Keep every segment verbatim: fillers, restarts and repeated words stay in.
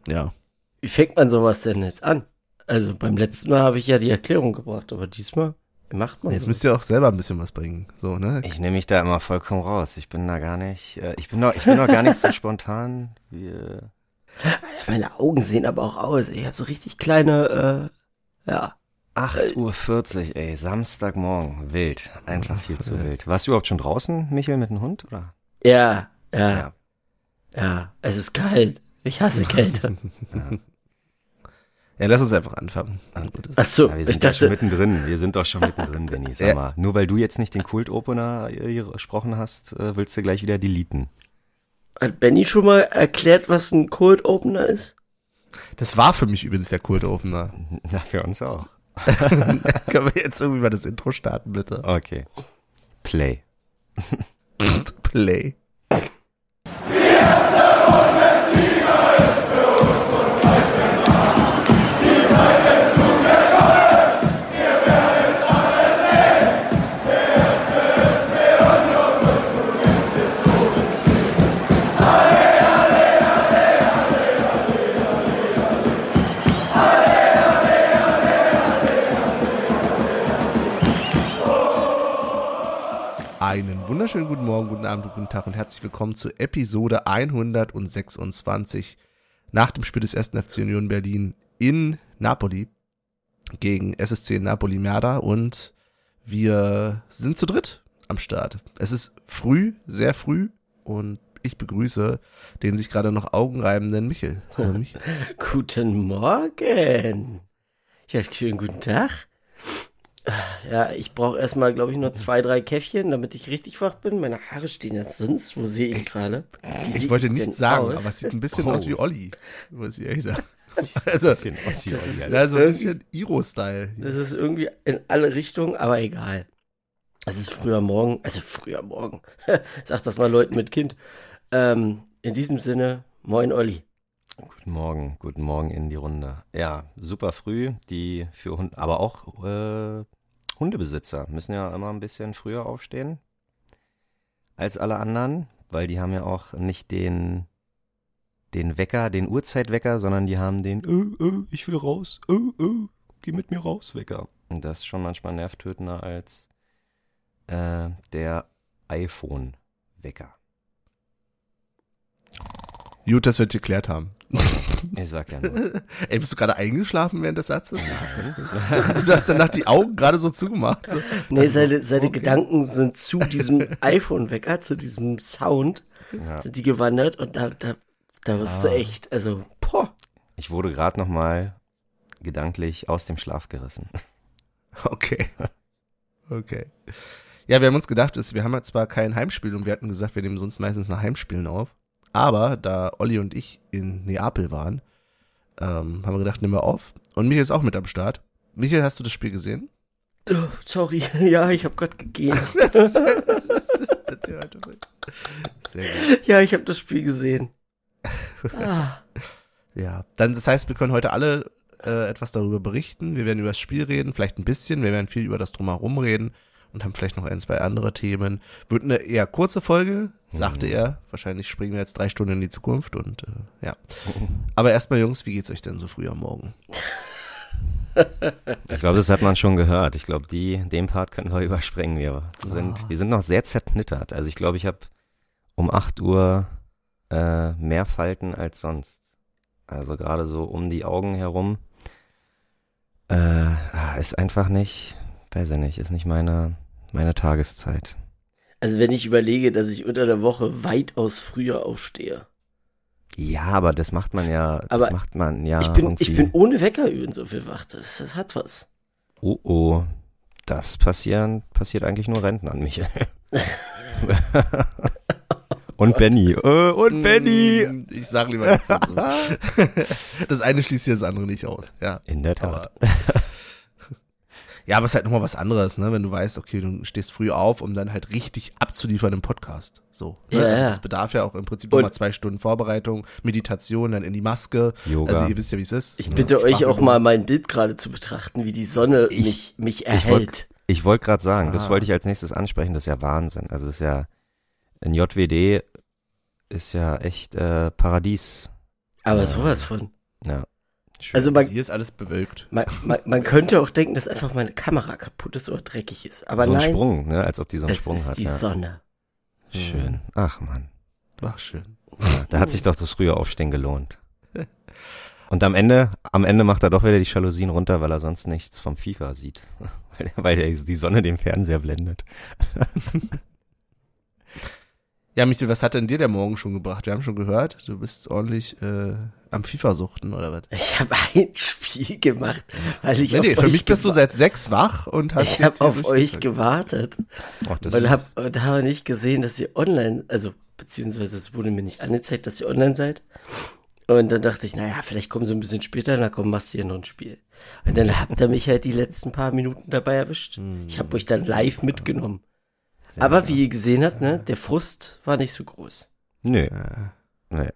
Ja. Wie fängt man sowas denn jetzt an? Also beim letzten Mal habe ich ja die Erklärung gebracht, aber diesmal macht man Jetzt so. müsst ihr auch selber ein bisschen was bringen. So, ne? Ich nehme mich da immer vollkommen raus. Ich bin da gar nicht, äh, ich bin doch, ich bin doch gar nicht so spontan wie, äh, Meine Augen sehen aber auch aus. Ich habe so richtig kleine, äh, ja. acht Uhr vierzig, ey, Samstagmorgen, wild, einfach viel zu wild. Warst du überhaupt schon draußen, Michael, mit dem Hund, oder? Ja, ja, Ja. ja. Es ist kalt. Ich hasse Kälte. Ja. Ja, lass uns einfach anfangen. Ach so, Ja, wir ich sind ja schon dachte, mittendrin, wir sind doch schon mittendrin, Benni, sag Ja. mal. Nur weil du jetzt nicht den Kult-Opener äh, gesprochen hast, äh, willst du gleich wieder deleten. hat Benny schon mal erklärt, was ein Cold Opener ist? Das war für mich übrigens der Kult-Opener. Na, für uns auch. Können wir jetzt irgendwie mal das Intro starten, bitte? Okay. Play. Play. Einen wunderschönen guten Morgen, guten Abend, guten Tag und herzlich willkommen zu Episode hundertsechsundzwanzig nach dem Spiel des ersten F C Union Berlin in Napoli gegen S S C Napoli Merda und wir sind zu dritt am Start. Es ist früh, sehr früh und ich begrüße den sich gerade noch augenreibenden Michel. Hallo Michel. Guten Morgen. Ja, schönen guten Tag. Ja, ich brauche erstmal, glaube ich, nur zwei, drei Käffchen, damit ich richtig wach bin. Meine Haare stehen jetzt sonst. Wo sehe ich gerade? Wie Ich sehe wollte denn nichts sagen, aus? aber es sieht ein bisschen Oh. aus wie Olli, muss ich ehrlich sagen. Siehst Also, ein bisschen aus wie das Olli, ist- Alter. Ja, so ein bisschen Iro-Style. Das ist irgendwie in alle Richtungen, aber egal. Es ist früher Morgen, also früher Morgen. Sag das mal Leuten mit Kind. Ähm, in diesem Sinne, moin Olli. Guten Morgen, guten Morgen in die Runde. Ja, super früh, die für Hunde, aber auch äh, Hundebesitzer müssen ja immer ein bisschen früher aufstehen als alle anderen, weil die haben ja auch nicht den den Wecker, den Uhrzeitwecker, sondern die haben den äh, äh, ich will raus, äh, äh, geh mit mir raus Wecker. Und das ist schon manchmal nervtötender als äh, der iPhone-Wecker. Gut, dass wir das geklärt haben. Ich sag ja nur. Ey, bist du gerade eingeschlafen während des Satzes? Du hast danach die Augen gerade so zugemacht. So. Nee, seine, seine okay. Gedanken sind zu diesem iPhone-Wecker, zu diesem Sound, Ja. sind die gewandert und da, da, da warst Ah. du echt, also, boah. Ich wurde gerade nochmal gedanklich aus dem Schlaf gerissen. Okay. Okay. Ja, wir haben uns gedacht, dass wir haben ja zwar kein Heimspiel und wir hatten gesagt, wir nehmen sonst meistens nach Heimspielen auf. Aber da Olli und ich in Neapel waren, ähm, haben wir gedacht, nehmen wir auf. Und Michael ist auch mit am Start. Michael, hast du das Spiel gesehen? Oh, sorry, ja, ich habe gerade gegeben. Das ist, das ist, das ist heute Sehr gut. Ja, ich habe das Spiel gesehen. Ah. Ja, dann das heißt, wir können heute alle äh, etwas darüber berichten. Wir werden über das Spiel reden, vielleicht ein bisschen. Wir werden viel über das Drumherum reden und haben vielleicht noch ein, zwei andere Themen. Wird eine eher kurze Folge, sagte Mhm. er. Wahrscheinlich springen wir jetzt drei Stunden in die Zukunft und äh, ja. Aber erstmal, Jungs, wie geht's euch denn so früh am Morgen? Ich glaube, das hat man schon gehört. Ich glaube, die, den Part können wir überspringen. Wir sind, Ah. wir sind noch sehr zerknittert. Also ich glaube, ich habe um acht Uhr äh, mehr Falten als sonst. Also gerade so um die Augen herum. Äh, ah, ist einfach nicht, weiß ich nicht, ist nicht meine, meine Tageszeit. Also wenn ich überlege, dass ich unter der Woche weitaus früher aufstehe. Ja, aber das macht man ja, das Aber macht man ja ich bin, irgendwie. ich bin ohne Wecker üben so viel wach. Das, das hat was. Oh oh, das passieren, passiert eigentlich nur Rentnern, Michael. Und Benny. Äh, und Benny. Mm, Ich sag lieber nichts dazu. Das eine schließt hier das andere nicht aus. Ja. In der Tat. Aber, ja, aber es ist halt nochmal was anderes, ne? Wenn du weißt, okay, du stehst früh auf, um dann halt richtig abzuliefern im Podcast. So. Ne? Ja, also ja. das bedarf ja auch im Prinzip Und- nochmal zwei Stunden Vorbereitung, Meditation, dann in die Maske. Yoga. Also ihr wisst ja, wie es ist. Ich ne? bitte euch auch Sprachübung. mal mein Bild gerade zu betrachten, wie die Sonne Ich- mich, mich ich wollt- erhält. Ich wollte gerade sagen, das Ah. wollte ich als nächstes ansprechen, das ist ja Wahnsinn. Also das ist ja, in J W D ist ja echt äh, Paradies. Aber Ja. sowas von. Ja. Schön. Also man, Hier ist alles bewölkt. man, man, man könnte auch denken, dass einfach meine Kamera kaputt ist oder dreckig ist. Aber so ein nein, Sprung, ne? Als ob die so einen es Sprung ist hat. die ja. Sonne. Schön. Ach man. Ach, schön. Ja, da hat sich doch das frühe Aufstehen gelohnt. Und am Ende, am Ende macht er doch wieder die Jalousien runter, weil er sonst nichts vom FIFA sieht. Weil, weil der, die Sonne den Fernseher blendet. Ja, Michael, was hat denn dir der Morgen schon gebracht? Wir haben schon gehört, du bist ordentlich äh, am FIFA-Suchten, oder was? Ich habe ein Spiel gemacht, weil ich Nee, auf nee, für euch mich bist du gewa- seit sechs wach und hast Ich habe jetzt hier auf euch durchgezogen. gewartet Ach, das und ist- habe und habe nicht gesehen, dass ihr online, also beziehungsweise es wurde mir nicht angezeigt, dass ihr online seid. Und dann dachte ich, naja, vielleicht kommen sie ein bisschen später, na komm, machst du hier noch ein Spiel. Und dann habt ihr mich halt die letzten paar Minuten dabei erwischt. Ich habe euch dann live mitgenommen. Sehr Aber schön. wie ihr gesehen habt, ne, der Frust war nicht so groß. Nö, Ja. nee.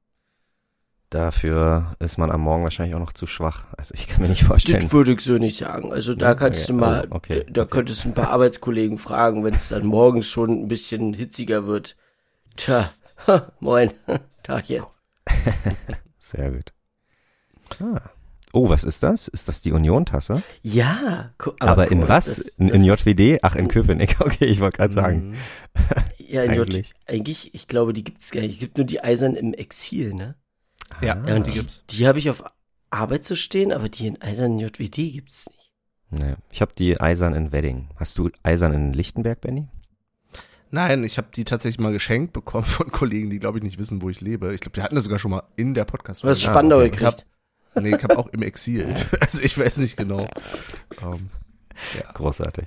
Dafür ist man am Morgen wahrscheinlich auch noch zu schwach. Also ich kann mir nicht vorstellen. Das würde ich so nicht sagen. Also da Ja, kannst okay. du mal, Oh, okay. da könntest du ein paar Arbeitskollegen fragen, wenn es dann morgens schon ein bisschen hitziger wird. Tja, ha, moin, Tagchen. Sehr gut. Ah. Oh, was ist das? Ist das die Union-Tasse? Ja, gu- Aber, in cool, was? das- in das in ist- J W D? Ach, in Köpenick. Okay, ich wollte gerade sagen. Mhm. Ja, in J- eigentlich. eigentlich, ich glaube, die gibt's gar nicht. Es gibt nur die Eisern im Exil, ne? Ja, Ah. Ja, und die die, gibt's. die habe ich auf Arbeit zu stehen, aber die in Eisern J W D gibt's nicht. Nee. Ich habe die Eisern in Wedding. Hast du Eisern in Lichtenberg, Benny? Nein, ich habe die tatsächlich mal geschenkt bekommen von Kollegen, die, glaube ich, nicht wissen, wo ich lebe. Ich glaube, die hatten das sogar schon mal in der podcast Du hast Ah, Spandau okay. gekriegt. Nee, ich habe auch im Exil. Also ich weiß nicht genau. Ähm, Großartig.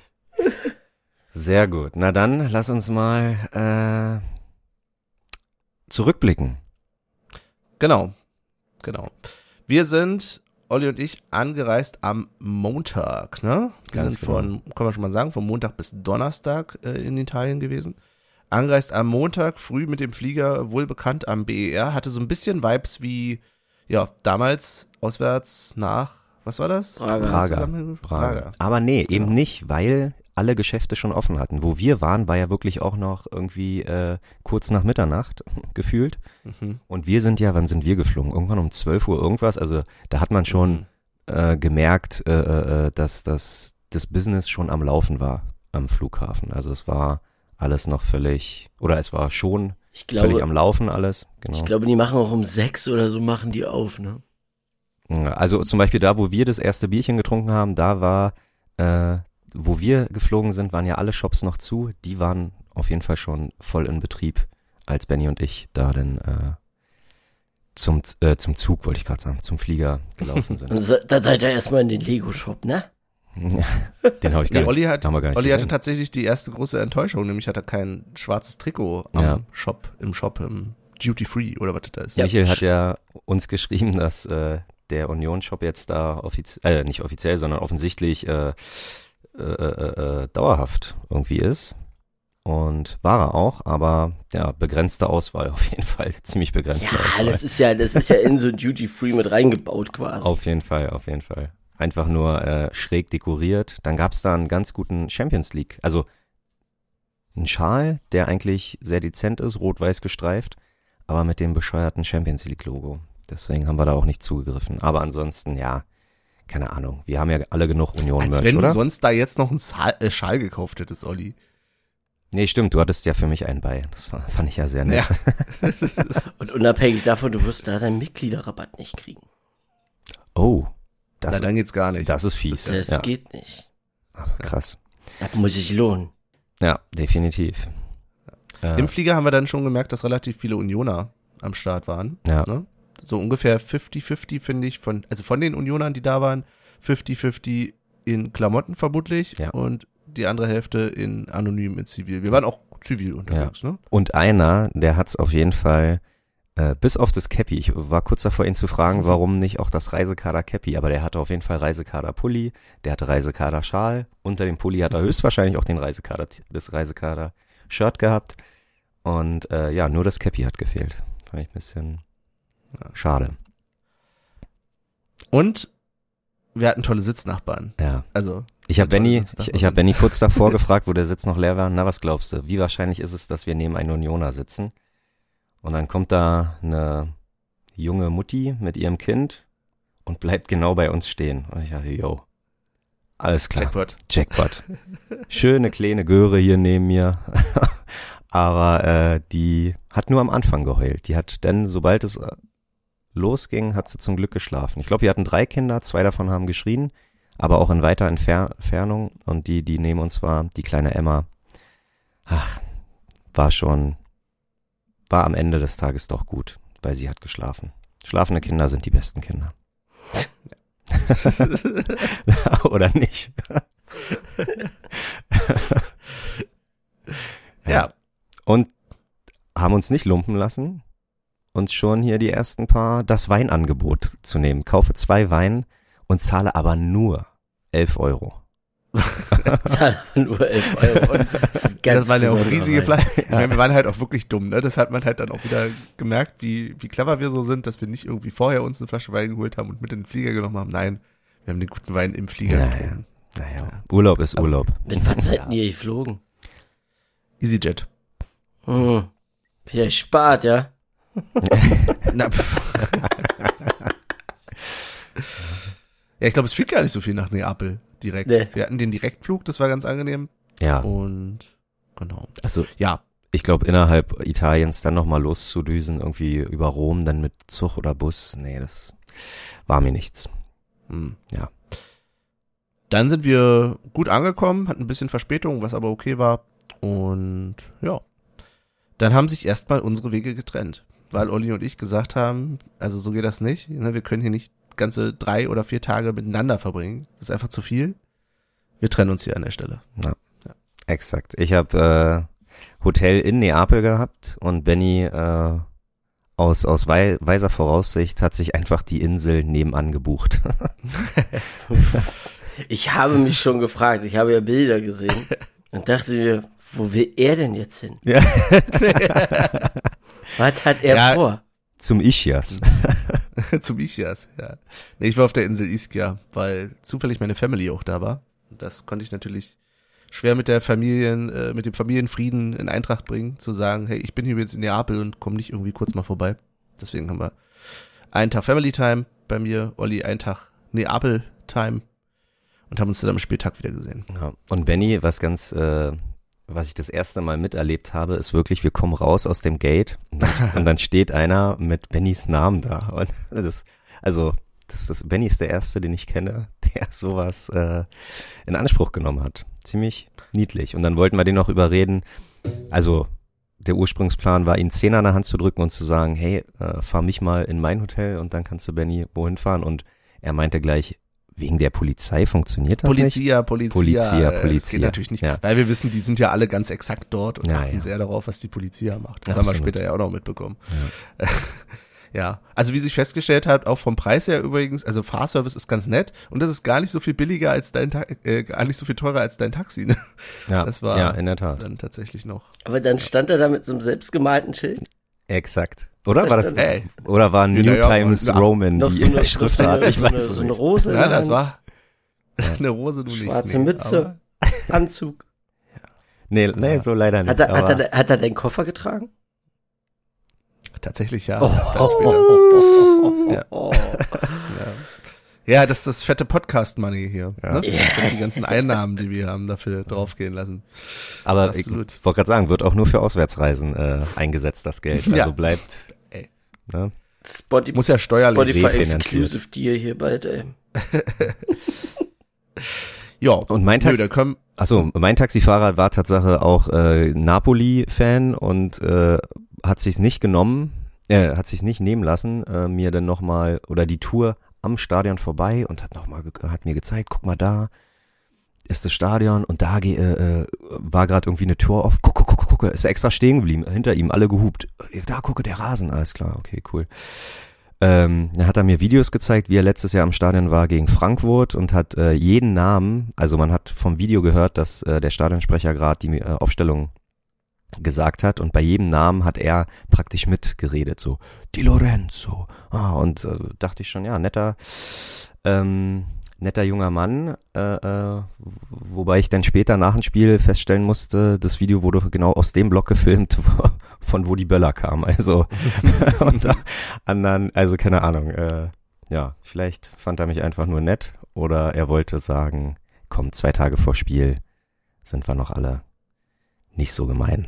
Sehr gut. Na dann, lass uns mal äh, zurückblicken. genau, genau. Wir sind, Olli und ich, angereist am Montag, ne? Wir Ganz sind von, kann man schon mal sagen, von Montag bis Donnerstag äh, in Italien gewesen. Angereist am Montag, früh mit dem Flieger, wohl bekannt am B E R, hatte so ein bisschen Vibes wie, ja, damals auswärts nach, was war das? Prager. Prager. Zusammen- Prager. Prager. Aber nee, eben Genau. nicht, weil alle Geschäfte schon offen hatten. Wo wir waren, war ja wirklich auch noch irgendwie äh, kurz nach Mitternacht gefühlt. Mhm. Und wir sind ja, wann sind wir geflogen? Irgendwann um zwölf Uhr irgendwas. Also da hat man Mhm. schon äh, gemerkt, äh, äh, dass, dass das Business schon am Laufen war am Flughafen. Also es war alles noch völlig, oder es war schon Ich völlig glaube, am Laufen alles. Genau. ich glaube, die machen auch um sechs oder so machen die auf, ne? Also zum Beispiel da, wo wir das erste Bierchen getrunken haben, da war, äh, wo wir geflogen sind, waren ja alle Shops noch zu. Die waren auf jeden Fall schon voll in Betrieb, als Benny und ich da dann äh, zum äh, zum Zug, wollte ich gerade sagen, zum Flieger gelaufen Und sind. se- dann seid ihr erstmal in den Lego-Shop, ne? Ja, den habe ich gar Nee, nicht. Olli, hat, haben wir gar nicht Olli hatte gesehen. tatsächlich die erste große Enttäuschung, nämlich hat er kein schwarzes Trikot am Ja. Shop, im Shop, im Duty Free oder was das da ist. Michael hat ja uns geschrieben, dass äh, der Union-Shop jetzt da offiziell, äh, nicht offiziell, sondern offensichtlich äh, äh, äh, äh, dauerhaft irgendwie ist. Und war er auch, aber ja, begrenzte Auswahl auf jeden Fall, ziemlich begrenzte Ja, Auswahl. das ist ja, das ist ja in so Duty Free mit reingebaut quasi. Auf jeden Fall, auf jeden Fall. Einfach nur äh, schräg dekoriert. Dann gab's da einen ganz guten Champions League, also einen Schal, der eigentlich sehr dezent ist, rot-weiß gestreift, aber mit dem bescheuerten Champions League Logo. Deswegen haben wir da auch nicht zugegriffen. Aber ansonsten, ja, keine Ahnung. Wir haben ja alle genug Als Union-Merch, wenn oder? du sonst da jetzt noch einen Schal, äh, Schal gekauft hättest, Olli. Nee, stimmt, du hattest ja für mich einen bei. Das war, fand ich ja sehr nett. Ja. Und unabhängig davon, du wirst da deinen Mitgliederrabatt nicht kriegen. Oh, Na, das, dann geht's gar nicht. das ist fies. Das ja, geht nicht. krass. Das muss sich lohnen. Ja, definitiv. Äh, Im Flieger haben wir dann schon gemerkt, dass relativ viele Unioner am Start waren. ja. Ne? So ungefähr fünfzig fünfzig, finde ich, von, also von den Unionern, die da waren, fünfzig fünfzig in Klamotten vermutlich Ja. und die andere Hälfte in anonym, in Zivil. Wir waren auch zivil unterwegs, ne? Und einer, der hat's auf jeden Fall, äh, bis auf das Cappy, ich war kurz davor, ihn zu fragen, Mhm. warum nicht auch das Reisekader Cappy, aber der hatte auf jeden Fall Reisekader Pulli, der hatte Reisekader Schal, unter dem Pulli hat er höchstwahrscheinlich auch den Reisekader, das Reisekader Shirt gehabt und äh, ja, nur das Cappy hat gefehlt. Fand ich ein bisschen schade. Und wir hatten tolle Sitznachbarn. Ja. Also, Ich habe Tolle Benny, Sitznachbarn. ich, ich hab Benny kurz davor gefragt, wo der Sitz noch leer war. Na, was glaubst du? Wie wahrscheinlich ist es, dass wir neben einem Unioner sitzen? Und dann kommt da eine junge Mutti mit ihrem Kind und bleibt genau bei uns stehen. Und ich dachte, yo, alles klar. Jackpot. Jackpot. Schöne kleine Göre hier neben mir. Aber äh, die hat nur am Anfang geheult. Die hat dann, sobald es äh, losging, hat sie zum Glück geschlafen. Ich glaube, wir hatten drei Kinder, zwei davon haben geschrien, aber auch in weiter Entfer- Entfernung. Und die, die neben uns war, die kleine Emma, ach, war schon, war am Ende des Tages doch gut, weil sie hat geschlafen. Schlafende Kinder sind die besten Kinder. Oder nicht? Ja. ja. Und haben uns nicht lumpen lassen, uns schon hier die ersten paar, das Weinangebot zu nehmen. Kaufe zwei Wein und zahle aber nur elf Euro. Zahle aber nur elf Euro. Und das ist ganz das waren ja auch riesige Wein. Flaschen. Ja. Wir waren halt auch wirklich dumm, ne? Das hat man halt dann auch wieder gemerkt, wie, wie clever wir so sind, dass wir nicht irgendwie vorher uns eine Flasche Wein geholt haben und mit in den Flieger genommen haben. Nein, wir haben den guten Wein im Flieger Naja, getrunken. naja. Ja. Urlaub ist Urlaub. Mit was seid ihr geflogen? EasyJet. Hm. Ja, spart, ja. Na, ja, ich glaube, es fliegt gar nicht so viel nach Neapel direkt. Nee. Wir hatten den Direktflug, das war ganz angenehm. Ja. Und genau. Also Ja, ich glaube, innerhalb Italiens dann nochmal loszudüsen, irgendwie über Rom, dann mit Zug oder Bus, nee, das war mir nichts. hm. Ja. Dann sind wir gut angekommen, hatten ein bisschen Verspätung, was aber okay war. Und ja, dann haben sich erstmal unsere Wege getrennt, weil Olli und ich gesagt haben, also so geht das nicht. Ne? Wir können hier nicht ganze drei oder vier Tage miteinander verbringen. Das ist einfach zu viel. Wir trennen uns hier an der Stelle. Ja, ja. Exakt. Ich habe äh, Hotel in Neapel gehabt und Benny äh, aus, aus wei- weiser Voraussicht hat sich einfach die Insel nebenan gebucht. Ich habe mich schon gefragt, ich habe ja Bilder gesehen und dachte mir, wo will er denn jetzt hin? Ja. Was hat er Ja. vor? Zum Ischias. Zum Ischias, ja. Nee, ich war auf der Insel Ischia, weil zufällig meine Family auch da war. Das konnte ich natürlich schwer mit der Familien, äh, mit dem Familienfrieden in Eintracht bringen, zu sagen, hey, ich bin hier jetzt in Neapel und komme nicht irgendwie kurz mal vorbei. Deswegen haben wir einen Tag Family Time bei mir, Olli einen Tag Neapel Time und haben uns dann am Spieltag wieder gesehen. Ja. Und Benny, was ganz, äh, was ich das erste Mal miterlebt habe, ist wirklich, wir kommen raus aus dem Gate und dann, und dann steht einer mit Bennys Namen da. Und das, also, das ist Benny ist der Erste, den ich kenne, der sowas äh, in Anspruch genommen hat. Ziemlich niedlich. Und dann wollten wir den noch überreden. Also der Ursprungsplan war, ihn Zehner in der Hand zu drücken und zu sagen, hey, äh, fahr mich mal in mein Hotel und dann kannst du Benny wohin fahren. Und er meinte gleich, wegen der Polizei funktioniert das nicht? Polizia, Polizia, Polizia, äh, Das Polizia. geht natürlich nicht, Ja. weil wir wissen, die sind ja alle ganz exakt dort und Ja, achten ja. sehr darauf, was die Polizia macht. Das Absolut. haben wir später ja auch noch mitbekommen. Ja. Ja, also wie sich festgestellt hat, auch vom Preis her übrigens, also Fahrservice ist ganz nett und das ist gar nicht so viel billiger als dein, Ta- äh, gar nicht so viel teurer als dein Taxi, ne? Ja, Das war ja, in der Tat. dann tatsächlich noch. Aber dann stand er da mit so einem selbstgemalten Schild. Exakt. Oder war das, Ey. oder war New Ja, ja, Times und- Roman Noch die so eine, noch so Schriftart? eine, Ich so eine, weiß so es eine nicht. Rose in Ja, der das Hand, war eine Rose, du nicht. schwarze nee, Mütze, Anzug. Nee, nee, so leider nicht. Hat er, hat, aber er, hat er den Koffer getragen? Aber tatsächlich ja. Oh. Dann später. Ja. Oh. Ja. Ja, das ist das fette Podcast-Money hier. Ja. Ne? Ja. Die ganzen Einnahmen, die wir haben, dafür draufgehen lassen. aber Absolut. ich wollte gerade sagen, wird auch nur für Auswärtsreisen äh, eingesetzt, das Geld. Also Ja. bleibt, Ey. ne? Spotify, Muss ja steuerlich Spotify refinanziert. Exclusive Deal hier bald, ey. Ja. Und mein Nö, Taxi, da können, achso, mein Taxifahrer war Tatsache auch äh, Napoli-Fan und äh, hat sich's nicht genommen, äh, hat sich's nicht nehmen lassen, äh, mir dann nochmal, oder die Tour am Stadion vorbei und hat noch mal, ge- hat mir gezeigt, guck mal da ist das Stadion und da ge- äh, äh, war gerade irgendwie eine Tür auf, guck, guck, guck, guck, ist er extra stehen geblieben, hinter ihm alle gehupt, da gucke der Rasen, alles klar, okay, cool. Ähm, dann hat er mir Videos gezeigt, wie er letztes Jahr am Stadion war gegen Frankfurt und hat äh, jeden Namen, also man hat vom Video gehört, dass äh, der Stadionsprecher gerade die äh, Aufstellung gesagt hat und bei jedem Namen hat er praktisch mitgeredet, so Di Lorenzo, ah, und äh, dachte ich schon, ja, netter, ähm, netter junger Mann, äh, äh, wobei ich dann später nach dem Spiel feststellen musste, das Video wurde genau aus dem Block gefilmt, wo, von wo die Böller kamen, also und da anderen, also keine Ahnung, äh, ja, vielleicht fand er mich einfach nur nett oder er wollte sagen, komm, zwei Tage vor Spiel sind wir noch alle nicht so gemein.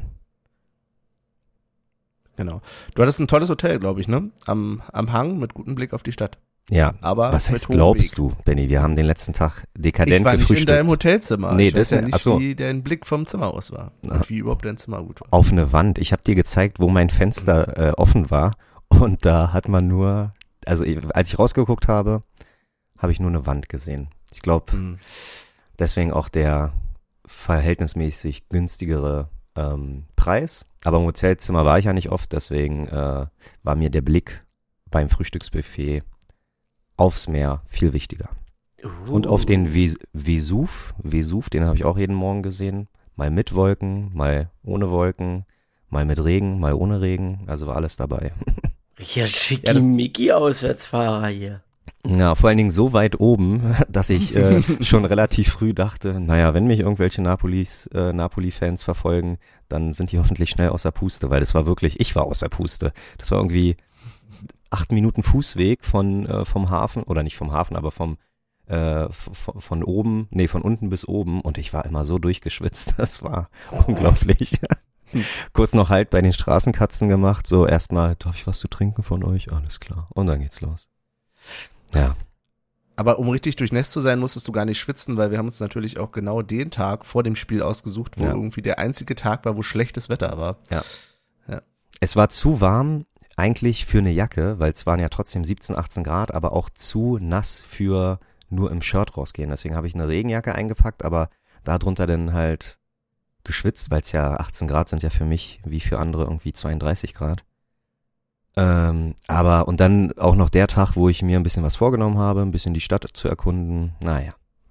Genau. Du hattest ein tolles Hotel, glaube ich, ne? Am, am Hang mit gutem Blick auf die Stadt. Ja, aber was heißt glaubst du, Benny? Wir haben den letzten Tag dekadent gefrühstückt. Ich war nicht gefrühstückt. In deinem Hotelzimmer. Nee, ich das weiß ja nicht, achso. wie dein Blick vom Zimmer aus war und wie überhaupt dein Zimmer gut war. Auf eine Wand. Ich habe dir gezeigt, wo mein Fenster äh, offen war und da hat man nur, also als ich rausgeguckt habe, habe ich nur eine Wand gesehen. Ich glaube, mhm. deswegen auch der verhältnismäßig günstigere ähm, Preis. Aber im Hotelzimmer war ich ja nicht oft, deswegen äh, war mir der Blick beim Frühstücksbuffet aufs Meer viel wichtiger. Uh. Und auf den Ves- Vesuv, Vesuv, den habe ich auch jeden Morgen gesehen. Mal mit Wolken, mal ohne Wolken, mal mit Regen, mal ohne Regen. Also war alles dabei. Ja, Schickimicki-Auswärtsfahrer hier. Ja, vor allen Dingen so weit oben, dass ich äh, schon relativ früh dachte, naja, wenn mich irgendwelche Napolis, äh, Napoli-Fans verfolgen, dann sind die hoffentlich schnell außer Puste, weil das war wirklich, ich war außer Puste. Das war irgendwie acht Minuten Fußweg von äh, vom Hafen, oder nicht vom Hafen, aber vom äh, f- von oben, nee, von unten bis oben und ich war immer so durchgeschwitzt, das war oh. unglaublich. Kurz noch Halt bei den Straßenkatzen gemacht, so erstmal, darf ich was zu trinken von euch? Alles klar. Und dann geht's los. Ja. Aber um richtig durchnässt zu sein, musstest du gar nicht schwitzen, weil wir haben uns natürlich auch genau den Tag vor dem Spiel ausgesucht, wo ja. irgendwie der einzige Tag war, wo schlechtes Wetter war. Ja. ja. Es war zu warm eigentlich für eine Jacke, weil es waren ja trotzdem siebzehn, achtzehn Grad, aber auch zu nass für nur im Shirt rausgehen. Deswegen habe ich eine Regenjacke eingepackt, aber darunter dann halt geschwitzt, weil es ja achtzehn Grad sind ja für mich wie für andere irgendwie zweiunddreißig Grad. Ähm, aber und dann auch noch der Tag, wo ich mir ein bisschen was vorgenommen habe, ein bisschen die Stadt zu erkunden. Naja.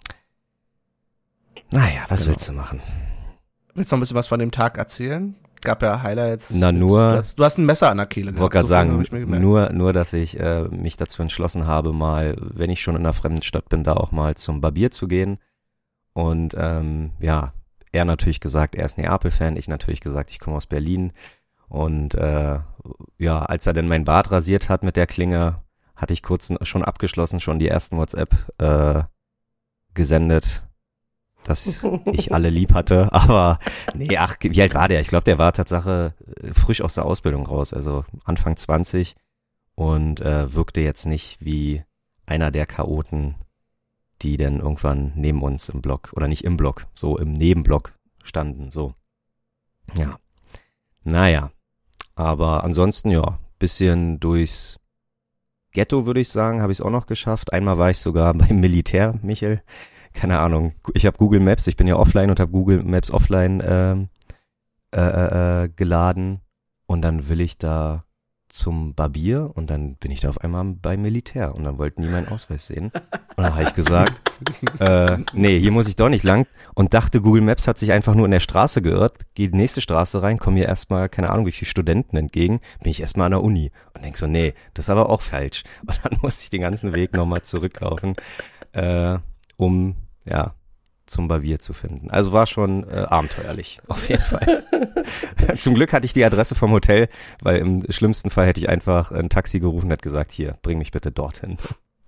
Naja, was genau. willst du machen? Willst du noch ein bisschen was von dem Tag erzählen? Gab ja Highlights. Na nur. Du hast, du hast ein Messer an der Kehle gehabt. Ich wollte gerade sagen, nur, nur, dass ich äh, mich dazu entschlossen habe, mal, wenn ich schon in einer fremden Stadt bin, da auch mal zum Barbier zu gehen. Und ähm, ja, er natürlich gesagt, er ist Neapel-Fan, ich natürlich gesagt, ich komme aus Berlin. Und äh, ja, als er dann mein Bart rasiert hat mit der Klinge, hatte ich kurz schon abgeschlossen, schon die ersten WhatsApp äh, gesendet, dass ich alle lieb hatte. Aber nee, ach, wie alt war der? Ich glaube, der war Tatsache frisch aus der Ausbildung raus, also Anfang zwanzig und äh, wirkte jetzt nicht wie einer der Chaoten, die dann irgendwann neben uns im Block, oder nicht im Block, so im Nebenblock standen, so. Ja. Naja. Aber ansonsten, ja, bisschen durchs Ghetto, würde ich sagen, habe ich es auch noch geschafft. Einmal war ich sogar beim Militär, Michel. Keine Ahnung, ich habe Google Maps, ich bin ja offline und habe Google Maps offline ähm, äh, äh, geladen. Und dann will ich da zum Barbier und dann bin ich da auf einmal beim Militär und dann wollten die meinen Ausweis sehen. Und dann habe ich gesagt, äh, nee, hier muss ich doch nicht lang und dachte, Google Maps hat sich einfach nur in der Straße geirrt, gehe die nächste Straße rein, komme hier erstmal, keine Ahnung, wie viele Studenten entgegen, bin ich erstmal an der Uni und denk so, nee, das ist aber auch falsch. Und dann musste ich den ganzen Weg nochmal zurücklaufen, äh, um, ja, zum Barbier zu finden. Also war schon äh, abenteuerlich, auf jeden Fall. Zum Glück hatte ich die Adresse vom Hotel, weil im schlimmsten Fall hätte ich einfach ein Taxi gerufen und hätte gesagt, hier, bring mich bitte dorthin.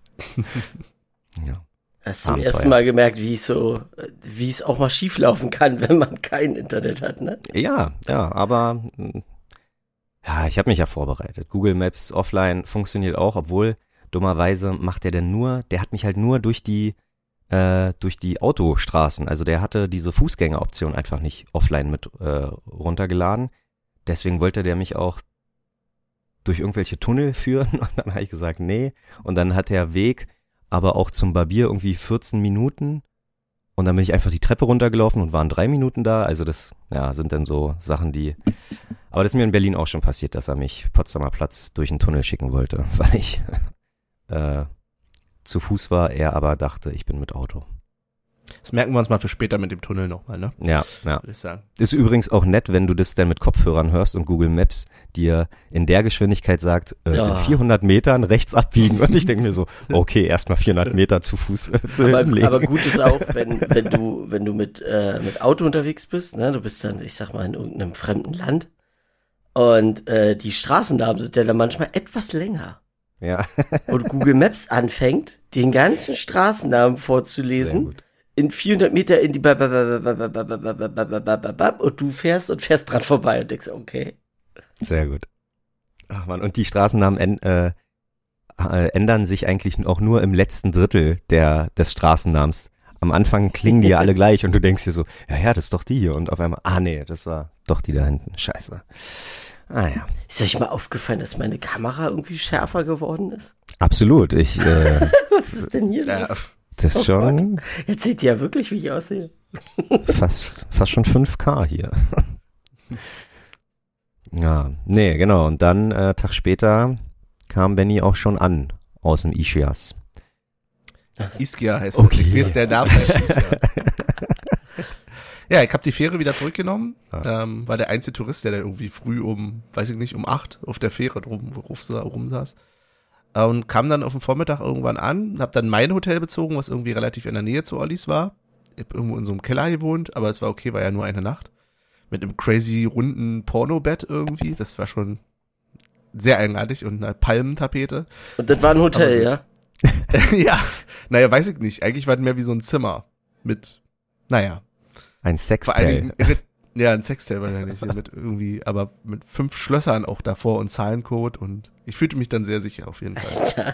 Ja. Hast du zum ersten Mal gemerkt, wie es so, wie es auch mal schief laufen kann, wenn man kein Internet hat, ne? Ja, ja, aber ja, ich habe mich ja vorbereitet. Google Maps offline funktioniert auch, obwohl dummerweise macht der denn nur, der hat mich halt nur durch die Äh, durch die Autostraßen, also der hatte diese Fußgängeroption einfach nicht offline mit äh, runtergeladen, deswegen wollte der mich auch durch irgendwelche Tunnel führen und dann habe ich gesagt, nee, und dann hat der Weg aber auch zum Barbier irgendwie vierzehn Minuten und dann bin ich einfach die Treppe runtergelaufen und waren drei Minuten da, also das, ja, sind dann so Sachen, die, aber das ist mir in Berlin auch schon passiert, dass er mich Potsdamer Platz durch einen Tunnel schicken wollte, weil ich äh, zu Fuß war, er aber dachte, ich bin mit Auto. Das merken wir uns mal für später mit dem Tunnel nochmal, ne? Ja, ja. Würde ich sagen. Ist übrigens auch nett, wenn du das dann mit Kopfhörern hörst und Google Maps dir in der Geschwindigkeit sagt, äh, ja. in vierhundert Metern rechts abbiegen. Und ich denke mir so, okay, erstmal vierhundert Meter zu Fuß. Äh, aber, aber gut ist auch, wenn, wenn du, wenn du mit, äh, mit Auto unterwegs bist, ne? Du bist dann, ich sag mal, in irgendeinem fremden Land. Und äh, die Straßennamen sind ja dann manchmal etwas länger. Ja. und Google Maps anfängt, den ganzen Straßennamen vorzulesen, in vierhundert Meter in die ba- ba- ba- ba- ba- ba- ba- ba- ba- ba- ba- ba- ba- und du fährst und fährst dran vorbei und denkst, okay. Sehr gut. Ach man, und die Straßennamen en, äh, äh, ändern sich eigentlich auch nur im letzten Drittel der des Straßennamens. Am Anfang klingen die ja alle gleich und du denkst dir so, ja, ja, das ist doch die hier. Und auf einmal, ah nee, das war doch die da hinten. Scheiße. Ah ja. Ist euch mal aufgefallen, dass meine Kamera irgendwie schärfer geworden ist? Absolut. Ich, äh, Was ist denn hier Ja. los? das ist Oh schon Gott. Jetzt seht ihr ja wirklich, wie ich aussehe. fast, fast schon fünf K hier. Ja, nee, genau. Und dann, äh, Tag später, kam Benny auch schon an aus dem Ischias. Ischia heißt Okay. das. Wie ist der Name? Ischia. Ja, ich habe die Fähre wieder zurückgenommen. Ja. Ähm, war der einzige Tourist, der da irgendwie früh um, weiß ich nicht, um acht auf der Fähre rum, rumsaß. Äh, und kam dann auf dem Vormittag irgendwann an, hab dann mein Hotel bezogen, was irgendwie relativ in der Nähe zu Ollis war. Ich hab irgendwo in so einem Keller gewohnt, aber es war okay, war ja nur eine Nacht. Mit einem crazy runden Pornobett irgendwie. Das war schon sehr eigenartig und eine Palmentapete. Und das war ein Hotel, ja? Ja, naja, weiß ich nicht. Eigentlich war das mehr wie so ein Zimmer mit, naja, Ein vor allen Sextell. Dingen, irrit- ja, ein Sextell wahrscheinlich, mit irgendwie, aber mit fünf Schlössern auch davor und Zahlencode und ich fühlte mich dann sehr sicher auf jeden Fall.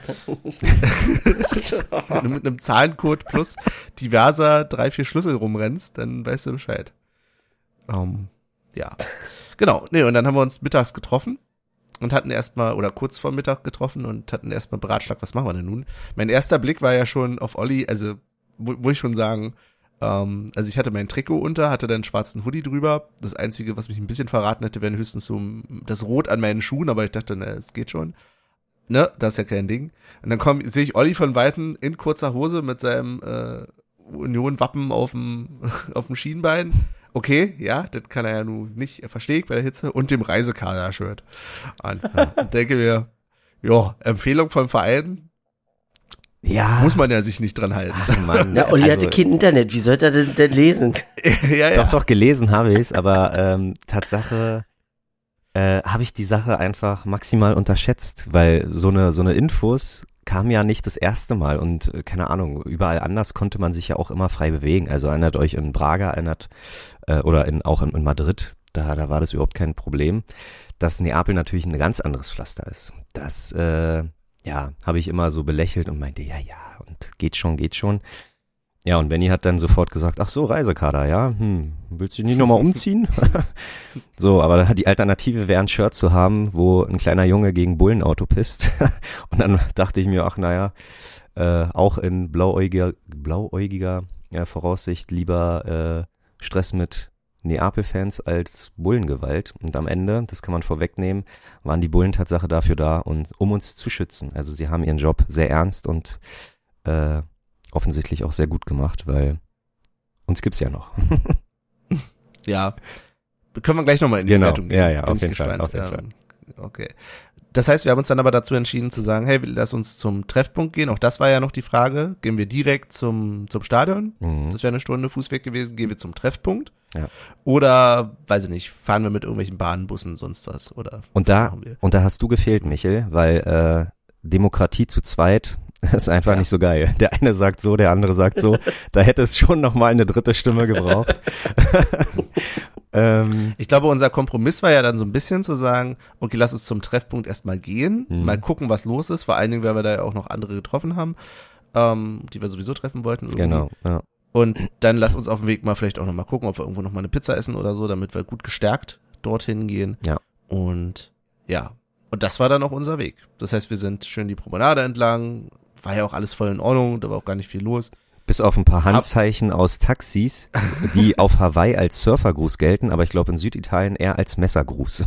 Wenn du mit einem Zahlencode plus diverser drei, vier Schlüssel rumrennst, dann weißt du Bescheid. Um, ja, genau. Nee, und dann haben wir uns mittags getroffen und hatten erstmal, oder kurz vor Mittag getroffen und hatten erstmal beratschlagt, was machen wir denn nun? Mein erster Blick war ja schon auf Olli, also mu- muss ich schon sagen, ähm, also ich hatte mein Trikot unter, hatte dann einen schwarzen Hoodie drüber. Das Einzige, was mich ein bisschen verraten hätte, wäre höchstens so das Rot an meinen Schuhen, aber ich dachte, ne, es geht schon. Ne, das ist ja kein Ding. Und dann komm, sehe ich Olli von Weitem in kurzer Hose mit seinem äh, Union-Wappen auf dem auf dem Schienbein. Okay, ja, das kann er ja nun nicht, er versteht bei der Hitze, und dem Reisekader-Shirt an. Und denke mir, ja, Empfehlung vom Verein, Ja. muss man ja sich nicht dran halten. Ach, Mann. Ja, Olli Also, hatte kein Internet, wie sollte er denn, denn lesen? ja, ja. Doch, doch, gelesen habe ich es, aber ähm, Tatsache äh, habe ich die Sache einfach maximal unterschätzt, weil so eine so eine Infos kam ja nicht das erste Mal und äh, keine Ahnung, überall anders konnte man sich ja auch immer frei bewegen. Also erinnert euch in Braga, erinnert äh, oder in, auch in, in Madrid, da da war das überhaupt kein Problem. Dass Neapel natürlich ein ganz anderes Pflaster ist. Das äh, ja, habe ich immer so belächelt und meinte, ja, ja, und geht schon, geht schon. Ja, und Benny hat dann sofort gesagt, ach so, Reisekader, ja, hm, willst du dich nicht nochmal umziehen? So, aber die Alternative wäre, ein Shirt zu haben, wo ein kleiner Junge gegen Bullenauto pisst. Und dann dachte ich mir, ach naja, äh, auch in blauäugiger, blauäugiger ja, Voraussicht lieber äh, Stress mit Neapel-Fans als Bullengewalt. Und am Ende, das kann man vorwegnehmen, waren die Bullen Tatsache dafür da, und, um uns zu schützen. Also sie haben ihren Job sehr ernst und äh, offensichtlich auch sehr gut gemacht, weil uns gibt's ja noch. Ja. Können wir gleich nochmal in die Genau, Wertung gehen. ja, ja, Bin auf ich jeden Fall, gespannt. auf jeden ähm, Okay. Das heißt, wir haben uns dann aber dazu entschieden zu sagen, hey, lass uns zum Treffpunkt gehen. Auch das war ja noch die Frage. Gehen wir direkt zum, zum Stadion? Mhm. Das wäre eine Stunde Fußweg gewesen. Gehen wir zum Treffpunkt? Ja. Oder, weiß ich nicht, fahren wir mit irgendwelchen Bahnen, Bussen, sonst was? Oder Und was da, machen wir? und da hast du gefehlt, Michel, weil äh, Demokratie zu zweit ist einfach Ja. nicht so geil. Der eine sagt so, der andere sagt so. Da hätte es schon nochmal eine dritte Stimme gebraucht. ähm, Ich glaube, unser Kompromiss war ja dann so ein bisschen zu sagen, okay, lass uns zum Treffpunkt erstmal gehen, Mhm. mal gucken, was los ist. Vor allen Dingen, weil wir da ja auch noch andere getroffen haben, ähm, die wir sowieso treffen wollten. Irgendwie. genau, ja. Und dann lass uns auf dem Weg mal vielleicht auch nochmal gucken, ob wir irgendwo nochmal eine Pizza essen oder so, damit wir gut gestärkt dorthin gehen. Ja. Und ja, und das war dann auch unser Weg. Das heißt, wir sind schön die Promenade entlang, war ja auch alles voll in Ordnung, da war auch gar nicht viel los. Bis auf ein paar Handzeichen aus Taxis, die auf Hawaii als Surfergruß gelten, aber ich glaube in Süditalien eher als Messergruß.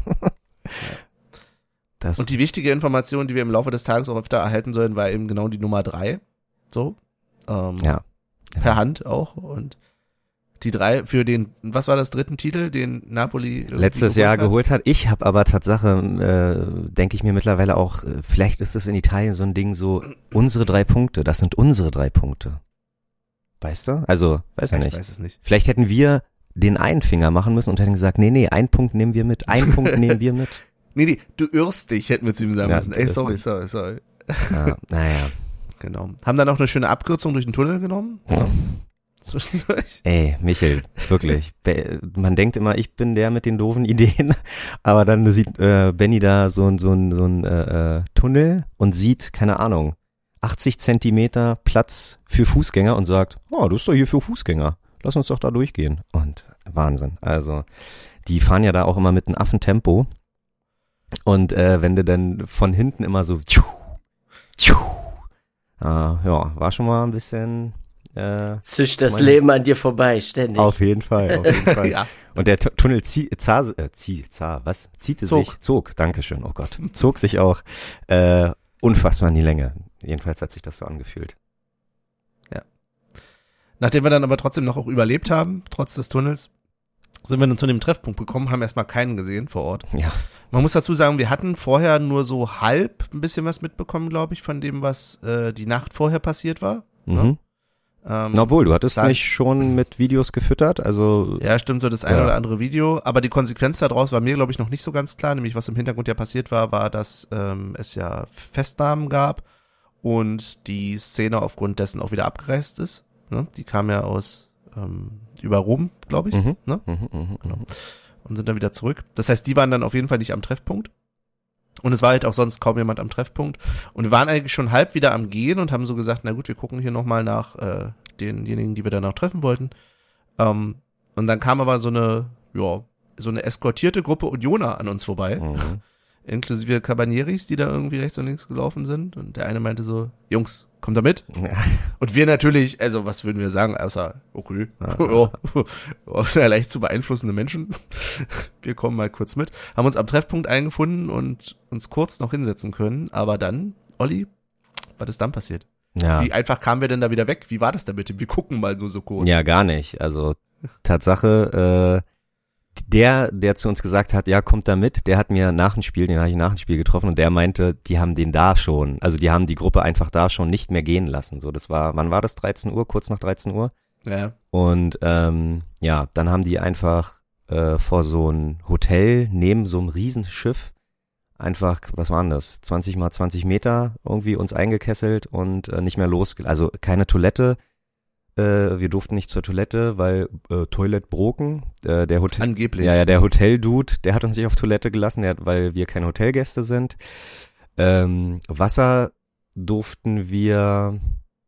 Das, Und die wichtige Information, die wir im Laufe des Tages auch öfter erhalten sollen, war eben genau die Nummer drei. So. Ähm, ja. Per Hand auch. Und die drei für den, was war das, dritten Titel, den Napoli irgendwie letztes Jahr hat? geholt hat. Ich habe aber Tatsache, äh, denke ich mir mittlerweile auch, äh, vielleicht ist es in Italien so ein Ding so, unsere drei Punkte, das sind unsere drei Punkte. Weißt du? Also, weiß ich Ich nicht. weiß es nicht. Vielleicht hätten wir den einen Finger machen müssen und hätten gesagt, nee, nee, einen Punkt nehmen wir mit, einen Punkt nehmen wir mit. Nee, nee, du irrst dich, hätten wir zu ihm sagen Ja, müssen. Ey, das- sorry, sorry, sorry. Ja, naja. Genau. Haben dann auch eine schöne Abkürzung durch den Tunnel genommen. Ja. Zwischendurch. Ey, Michel, wirklich. Be- Man denkt immer, ich bin der mit den doofen Ideen, aber dann sieht äh, Benny da so ein so ein, so ein äh, äh, Tunnel und sieht, keine Ahnung, achtzig Zentimeter Platz für Fußgänger und sagt, oh, das ist doch hier für Fußgänger. Lass uns doch da durchgehen. Und Wahnsinn. Also, die fahren ja da auch immer mit einem Affentempo. Und äh, wenn du dann von hinten immer so tschu, tschu, äh, ja, war schon mal ein bisschen äh, Zischt das meine- Leben an dir vorbei, ständig. auf jeden Fall, auf jeden Fall. Ja. Und der T- Tunnel zie, zah, äh, zieh, zah, was? Ziehte Zog. sich, zog, Dankeschön, oh Gott, zog sich auch äh, unfassbar in die Länge. Jedenfalls hat sich das so angefühlt. Nachdem wir dann aber trotzdem noch auch überlebt haben, trotz des Tunnels, sind wir dann zu dem Treffpunkt gekommen, haben erstmal keinen gesehen vor Ort. Ja. Man muss dazu sagen, wir hatten vorher nur so halb ein bisschen was mitbekommen, glaube ich, von dem, was äh, die Nacht vorher passiert war. Mhm. Ähm, Na, obwohl, du hattest da- mich schon mit Videos gefüttert, also Ja, stimmt, so das eine Ja. oder andere Video. Aber die Konsequenz daraus war mir, glaube ich, noch nicht so ganz klar. Nämlich, was im Hintergrund ja passiert war, war, dass ähm, es ja Festnahmen gab und die Szene aufgrund dessen auch wieder abgereist ist. Ne? Die kam ja aus ähm, über Rom, glaube ich, Mhm. ne? Mhm, mhm, Genau. mhm. Und sind dann wieder zurück. Das heißt, die waren dann auf jeden Fall nicht am Treffpunkt. Und es war halt auch sonst kaum jemand am Treffpunkt. Und wir waren eigentlich schon halb wieder am Gehen und haben so gesagt, na gut, wir gucken hier nochmal nach äh, denjenigen, die wir dann auch treffen wollten. Ähm, und dann kam aber so eine, ja, so eine eskortierte Gruppe Unioner an uns vorbei. Mhm. Inklusive Cabanieris, die da irgendwie rechts und links gelaufen sind. Und der eine meinte so, Jungs, kommt da mit? Und wir natürlich, also was würden wir sagen, außer, okay, ja, ja, sind ja leicht zu beeinflussende Menschen. Wir kommen mal kurz mit. Haben uns am Treffpunkt eingefunden und uns kurz noch hinsetzen können. Aber dann, Olli, was ist dann passiert? Ja. Wie einfach kamen wir denn da wieder weg? Wie war das denn bitte? Wir gucken mal nur so kurz. Ja, gar nicht. Also Tatsache, äh, der, der zu uns gesagt hat, ja, kommt da mit, der hat mir nach dem Spiel, den habe ich nach dem Spiel getroffen und der meinte, die haben den da schon, also die haben die Gruppe einfach da schon nicht mehr gehen lassen. So, das war, wann war das? dreizehn Uhr, kurz nach dreizehn Uhr. Ja. Und ähm, ja, dann haben die einfach äh, vor so ein Hotel neben so einem Riesenschiff einfach, was waren das, zwanzig mal zwanzig Meter irgendwie uns eingekesselt und äh, nicht mehr losgelassen. Also keine Toilette. Äh, wir durften nicht zur Toilette, weil äh, Toilette broken. Äh, der Hotel, Angeblich. ja, ja, der Hotel-Dude, der hat uns nicht auf Toilette gelassen, der, weil wir keine Hotelgäste sind. Ähm, Wasser durften wir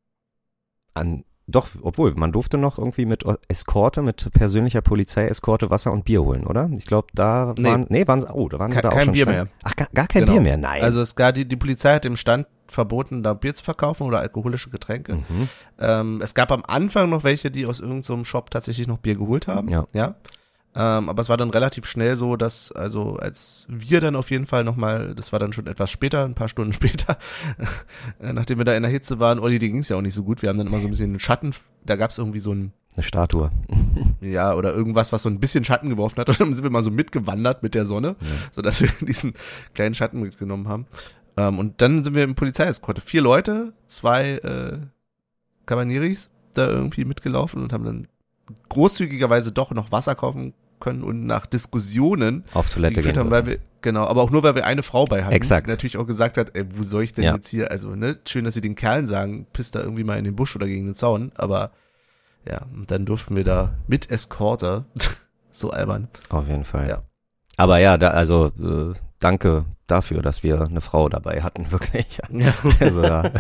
an, doch, obwohl, man durfte noch irgendwie mit Eskorte, mit persönlicher Polizeieskorte Wasser und Bier holen, oder? Ich glaube, da Nee. waren, nee, waren, oh, da waren Ke- da auch kein schon Bier Stein- mehr. Ach, gar, gar kein Genau. Bier mehr, nein. Also es gab die, die Polizei hat im Stand verboten, da Bier zu verkaufen oder alkoholische Getränke. mhm. Ähm, es gab am Anfang noch welche, die aus irgendeinem so Shop tatsächlich noch Bier geholt haben. Ja. ja? Ähm, aber es war dann relativ schnell so, dass, also als wir dann auf jeden Fall nochmal, das war dann schon etwas später, ein paar Stunden später, äh, nachdem wir da in der Hitze waren, Olli, dir ging es ja auch nicht so gut. Wir haben dann immer so ein bisschen Schatten, da gab es irgendwie so ein, Eine Statue. ja, oder irgendwas, was so ein bisschen Schatten geworfen hat. Und dann sind wir mal so mitgewandert mit der Sonne, Ja. sodass wir diesen kleinen Schatten mitgenommen haben. Ähm, und dann sind wir im Polizeieskorte. Vier Leute, zwei äh, Cabanieris da irgendwie mitgelaufen und haben dann großzügigerweise doch noch Wasser kaufen können und nach Diskussionen Auf die Toilette geführt gehen haben, weil dürfen. wir, genau, aber auch nur, weil wir eine Frau bei hatten, Exakt. die natürlich auch gesagt hat, ey, wo soll ich denn Ja. jetzt hier, also, ne, schön, dass sie den Kerlen sagen, pisst da irgendwie mal in den Busch oder gegen den Zaun, aber ja, und dann durften wir da mit Eskorte, so albern. Auf jeden Fall. Ja. Aber ja, da, also äh, danke dafür, dass wir eine Frau dabei hatten, wirklich. Ja. Also, ja.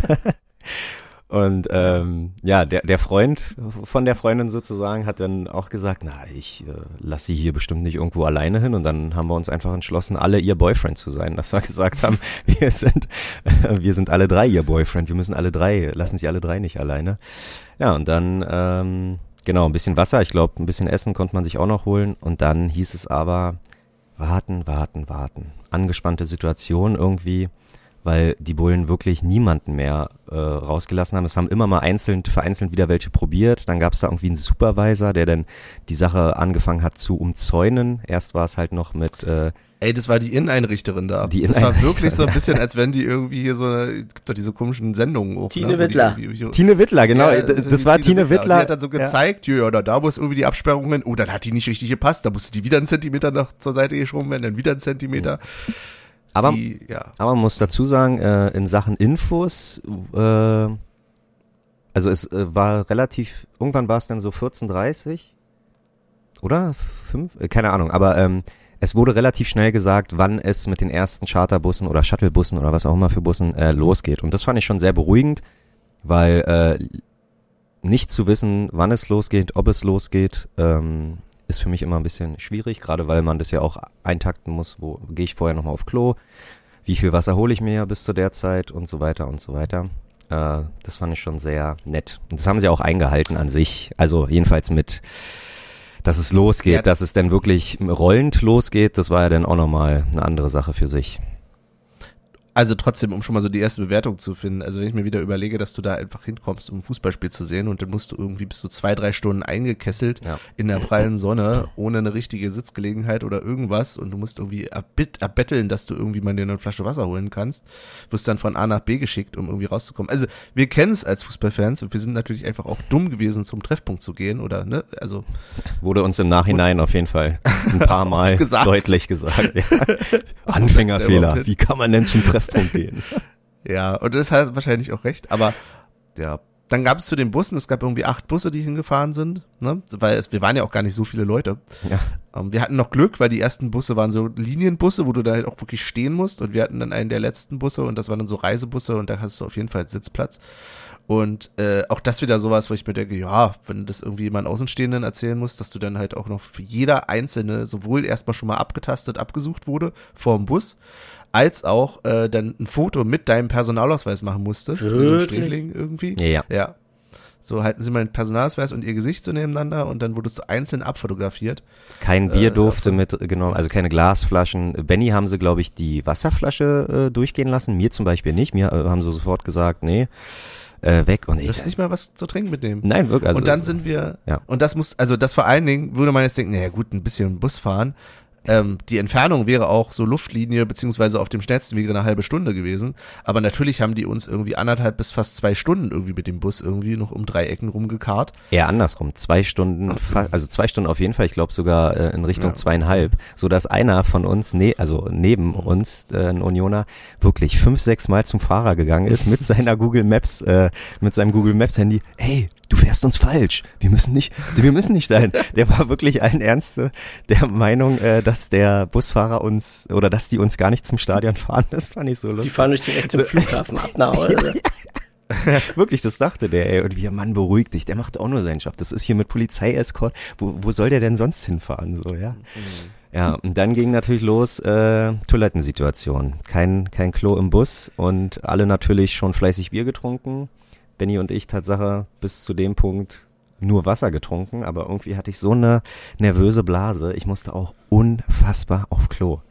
Und ähm, ja, der, der Freund von der Freundin sozusagen hat dann auch gesagt, na, ich äh, lasse sie hier bestimmt nicht irgendwo alleine hin. Und dann haben wir uns einfach entschlossen, alle ihr Boyfriend zu sein. Dass wir gesagt haben, wir sind, äh, wir sind alle drei ihr Boyfriend. Wir müssen alle drei, lassen sie alle drei nicht alleine. Ja, und dann, ähm, genau, ein bisschen Wasser. Ich glaube, ein bisschen Essen konnte man sich auch noch holen. Und dann hieß es aber, warten, warten, warten. Angespannte Situation irgendwie, weil die Bullen wirklich niemanden mehr äh, rausgelassen haben. Es haben immer mal einzeln, vereinzelt wieder welche probiert. Dann gab es da irgendwie einen Supervisor, der dann die Sache angefangen hat zu umzäunen. Erst war es halt noch mit äh, Ey, das war die Inneneinrichterin da. Die das war Inneneinrichterin, wirklich so ein ja. bisschen, als wenn die irgendwie hier so eine, gibt doch diese komischen Sendungen auch. Tine ne, wo die Wittler. irgendwie- Tine Wittler, genau. Ja, D- das war Tine Wittler. Und die hat dann so gezeigt, ja, ja, da, da muss irgendwie die Absperrung hin. Oh, dann hat die nicht richtig gepasst. Da musste die wieder einen Zentimeter nach zur Seite geschoben werden, dann wieder einen Zentimeter. Aber, die, ja. aber man muss dazu sagen, äh, in Sachen Infos, äh, also es äh, war relativ, irgendwann war es dann so vierzehn Uhr dreißig oder fünf, äh, keine Ahnung, aber ähm, es wurde relativ schnell gesagt, wann es mit den ersten Charterbussen oder Shuttlebussen oder was auch immer für Bussen äh, losgeht. Und das fand ich schon sehr beruhigend, weil äh, nicht zu wissen, wann es losgeht, ob es losgeht, ähm, ist für mich immer ein bisschen schwierig, gerade weil man das ja auch eintakten muss, wo gehe ich vorher nochmal auf Klo, wie viel Wasser hole ich mir bis zu der Zeit und so weiter und so weiter. Äh, das fand ich schon sehr nett. Und das haben sie auch eingehalten an sich, also jedenfalls mit, dass es losgeht, ja. Dass es dann wirklich rollend losgeht, das war ja dann auch nochmal eine andere Sache für sich. Also trotzdem, um schon mal so die erste Bewertung zu finden, also wenn ich mir wieder überlege, dass du da einfach hinkommst, um ein Fußballspiel zu sehen und dann musst du irgendwie bis zu zwei, drei Stunden eingekesselt ja. in der prallen Sonne, ohne eine richtige Sitzgelegenheit oder irgendwas und du musst irgendwie erbit, erbetteln, dass du irgendwie mal dir eine Flasche Wasser holen kannst, wirst dann von A nach B geschickt, um irgendwie rauszukommen. Also wir kennen es als Fußballfans und wir sind natürlich einfach auch dumm gewesen, zum Treffpunkt zu gehen oder, ne, also. Wurde uns im Nachhinein auf jeden Fall ein paar Mal gesagt. deutlich gesagt. Ja. Anfängerfehler, wie kann man denn zum Treffpunkt gehen. Ja, und das hat wahrscheinlich auch recht, aber ja, dann gab es zu den Bussen, es gab irgendwie acht Busse, die hingefahren sind, ne, weil es, wir waren ja auch gar nicht so viele Leute. Ja. Um, wir hatten noch Glück, weil die ersten Busse waren so Linienbusse, wo du dann halt auch wirklich stehen musst und wir hatten dann einen der letzten Busse und das waren dann so Reisebusse und da hast du auf jeden Fall Sitzplatz. Und äh, auch das wieder sowas, wo ich mir denke, ja, wenn das irgendwie jemand Außenstehenden erzählen muss, dass du dann halt auch noch für jeder einzelne sowohl erstmal schon mal abgetastet, abgesucht wurde vor dem Bus, als auch äh, dann ein Foto mit deinem Personalausweis machen musstest. Wie so ein Sträfling irgendwie. Ja. Ja. So halten sie mal den Personalausweis und ihr Gesicht so nebeneinander und dann wurdest du einzeln abfotografiert. Kein Bier äh, durfte mitgenommen, also keine Glasflaschen. Benny haben sie, glaube ich, die Wasserflasche äh, durchgehen lassen. Mir zum Beispiel nicht. Mir äh, haben sie sofort gesagt, nee, äh, weg. Und ich darfst nicht mal was zu trinken mitnehmen. Nein, wirklich. Also und dann sind wir, ja. und das muss, also das vor allen Dingen, würde man jetzt denken, naja gut, ein bisschen Bus fahren. Ähm, die Entfernung wäre auch so Luftlinie beziehungsweise auf dem schnellsten Wege eine halbe Stunde gewesen, aber natürlich haben die uns irgendwie anderthalb bis fast zwei Stunden irgendwie mit dem Bus irgendwie noch um drei Ecken rumgekarrt. Eher andersrum, zwei Stunden, also zwei Stunden auf jeden Fall, ich glaube sogar äh, in Richtung ja. zweieinhalb, so dass einer von uns, ne, also neben uns, äh, ein Unioner, wirklich fünf, sechs Mal zum Fahrer gegangen ist mit seiner Google Maps, äh, mit seinem Google Maps Handy, hey, du fährst uns falsch, wir müssen nicht, wir müssen nicht dahin. Der war wirklich allen Ernstes der Meinung, äh, dass der Busfahrer uns, oder dass die uns gar nicht zum Stadion fahren, das fand ich so lustig. Die fahren euch direkt zum Flughafen ab nach Hause. Wirklich, das dachte der, ey, und wir, Mann, beruhig dich, der macht auch nur seinen Job, das ist hier mit Polizeiescort, wo, wo soll der denn sonst hinfahren, so, ja. Mhm. Ja, und dann ging natürlich los, äh, Toilettensituation, kein, kein Klo im Bus und alle natürlich schon fleißig Bier getrunken. Benny und ich, Tatsache, bis zu dem Punkt nur Wasser getrunken, aber irgendwie hatte ich so eine nervöse Blase. Ich musste auch unfassbar auf Klo.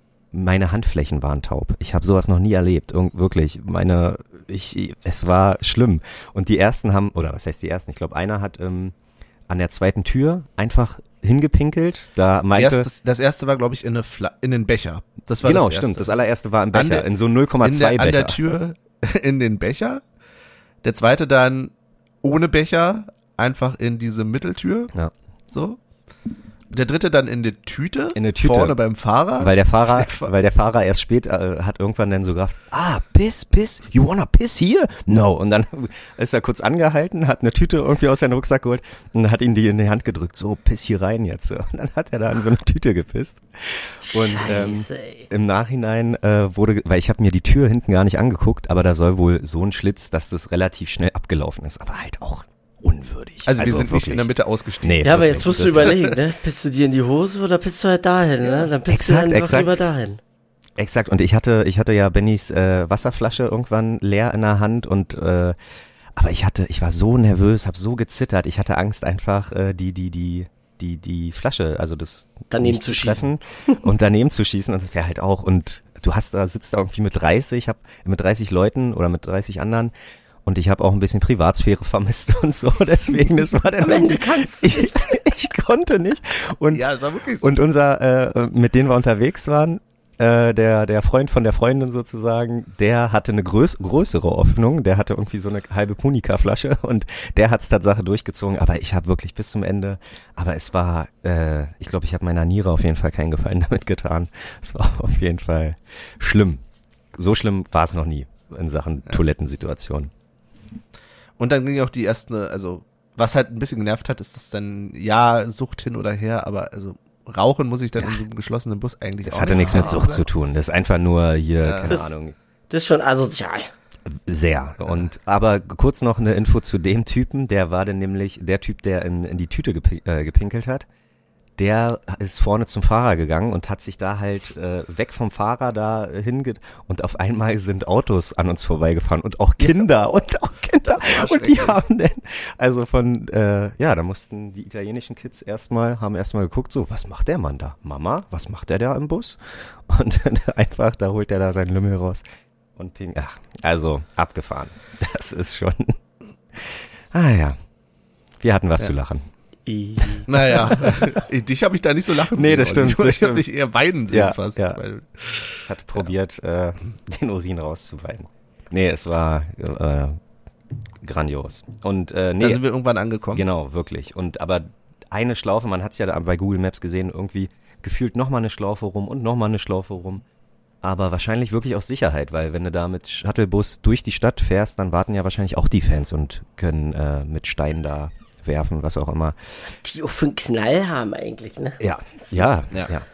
Meine Handflächen waren taub. Ich habe sowas noch nie erlebt. Irg- wirklich, meine, ich, es war schlimm. Und die ersten haben, oder was heißt die ersten? Ich glaube, einer hat ähm, an der zweiten Tür einfach hingepinkelt. Da meinte, Erst, das, das erste war, glaube ich, in, eine Fla- in den Becher. Das war genau, das stimmt. Das allererste war im Becher, der, in so null Komma zwei Becher. An der Tür in den Becher. Der zweite dann ohne Becher, einfach in diese Mitteltür. Ja. So. Der dritte dann in die Tüte. In der Tüte. Vorne beim Fahrer. Weil der Fahrer, Stefan. weil der Fahrer erst spät äh, hat irgendwann dann so gesagt, ah, piss, piss, you wanna piss here? No. Und dann ist er kurz angehalten, hat eine Tüte irgendwie aus seinem Rucksack geholt und hat ihn die in die Hand gedrückt, so, piss hier rein jetzt. Und dann hat er da in so eine Tüte gepisst. Und ähm, im Nachhinein äh, wurde, weil ich habe mir die Tür hinten gar nicht angeguckt, aber da soll wohl so ein Schlitz, dass das relativ schnell abgelaufen ist, aber halt auch unwürdig. Also, also wir sind wirklich nicht in der Mitte ausgestiegen. Nee, ja, aber jetzt musst du überlegen, ne? Pisst du dir in die Hose oder pisst du halt dahin, ne? Dann pisst exakt, du halt exakt. lieber dahin. Exakt, und ich hatte, ich hatte ja Bennys äh, Wasserflasche irgendwann leer in der Hand und äh, aber ich hatte, ich war so nervös, habe so gezittert, ich hatte Angst einfach äh, die, die, die, die, die Flasche, also das daneben zu treffen und daneben zu schießen und das wäre halt auch und du hast da, sitzt da irgendwie mit dreißig, hab mit dreißig Leuten oder mit dreißig anderen. Und ich habe auch ein bisschen Privatsphäre vermisst und so, deswegen, das war dann, wenn du kannst. Ich, ich konnte nicht. Und, ja, das war wirklich so. Und unser, äh, mit denen wir unterwegs waren, äh, der, der Freund von der Freundin sozusagen, der hatte eine größ- größere Hoffnung, der hatte irgendwie so eine halbe Punika-Flasche und der hat's Tatsache durchgezogen, aber ich habe wirklich bis zum Ende, aber es war, äh, ich glaube, ich habe meiner Niere auf jeden Fall keinen Gefallen damit getan. Es war auf jeden Fall schlimm. So schlimm war es noch nie in Sachen ja. Toilettensituationen. Und dann ging auch die erste, also was halt ein bisschen genervt hat, ist das dann, ja, Sucht hin oder her, aber also Rauchen muss ich dann ja. in so einem geschlossenen Bus eigentlich das auch. Das hatte nichts mit Sucht zu tun. Das ist einfach nur hier, ja. keine das, Ahnung. Das ist schon asozial. Sehr. Und aber kurz noch eine Info zu dem Typen, der war dann nämlich der Typ, der in, in die Tüte gepi- äh, gepinkelt hat. Der ist vorne zum Fahrer gegangen und hat sich da halt äh, weg vom Fahrer da äh, hinge... Und auf einmal sind Autos an uns vorbeigefahren und auch Kinder ja. und auch Kinder. Und die haben dann, also von, äh, ja, da mussten die italienischen Kids erstmal, haben erstmal geguckt, so, was macht der Mann da? Mama, was macht der da im Bus? Und dann einfach, da holt der da seinen Lümmel raus und ping, ach, also abgefahren. Das ist schon, ah ja, wir hatten was ja. zu lachen. Naja, dich habe ich da nicht so lachen nee, sehen. Das stimmt, ich das ich habe dich eher weinen sehen ja, fast. Ja. Weil, Hat probiert, ja. äh, den Urin rauszuweinen. Nee, es war äh, grandios. Und äh, nee, da sind wir irgendwann angekommen. Genau, wirklich. Und aber eine Schlaufe, man hat es ja da bei Google Maps gesehen, irgendwie gefühlt nochmal eine Schlaufe rum und nochmal eine Schlaufe rum. Aber wahrscheinlich wirklich aus Sicherheit, weil wenn du da mit Shuttlebus durch die Stadt fährst, dann warten ja wahrscheinlich auch die Fans und können äh, mit Steinen da werfen, was auch immer. Die auch für einen Knall haben eigentlich, ne? Ja, ja, ja. ja.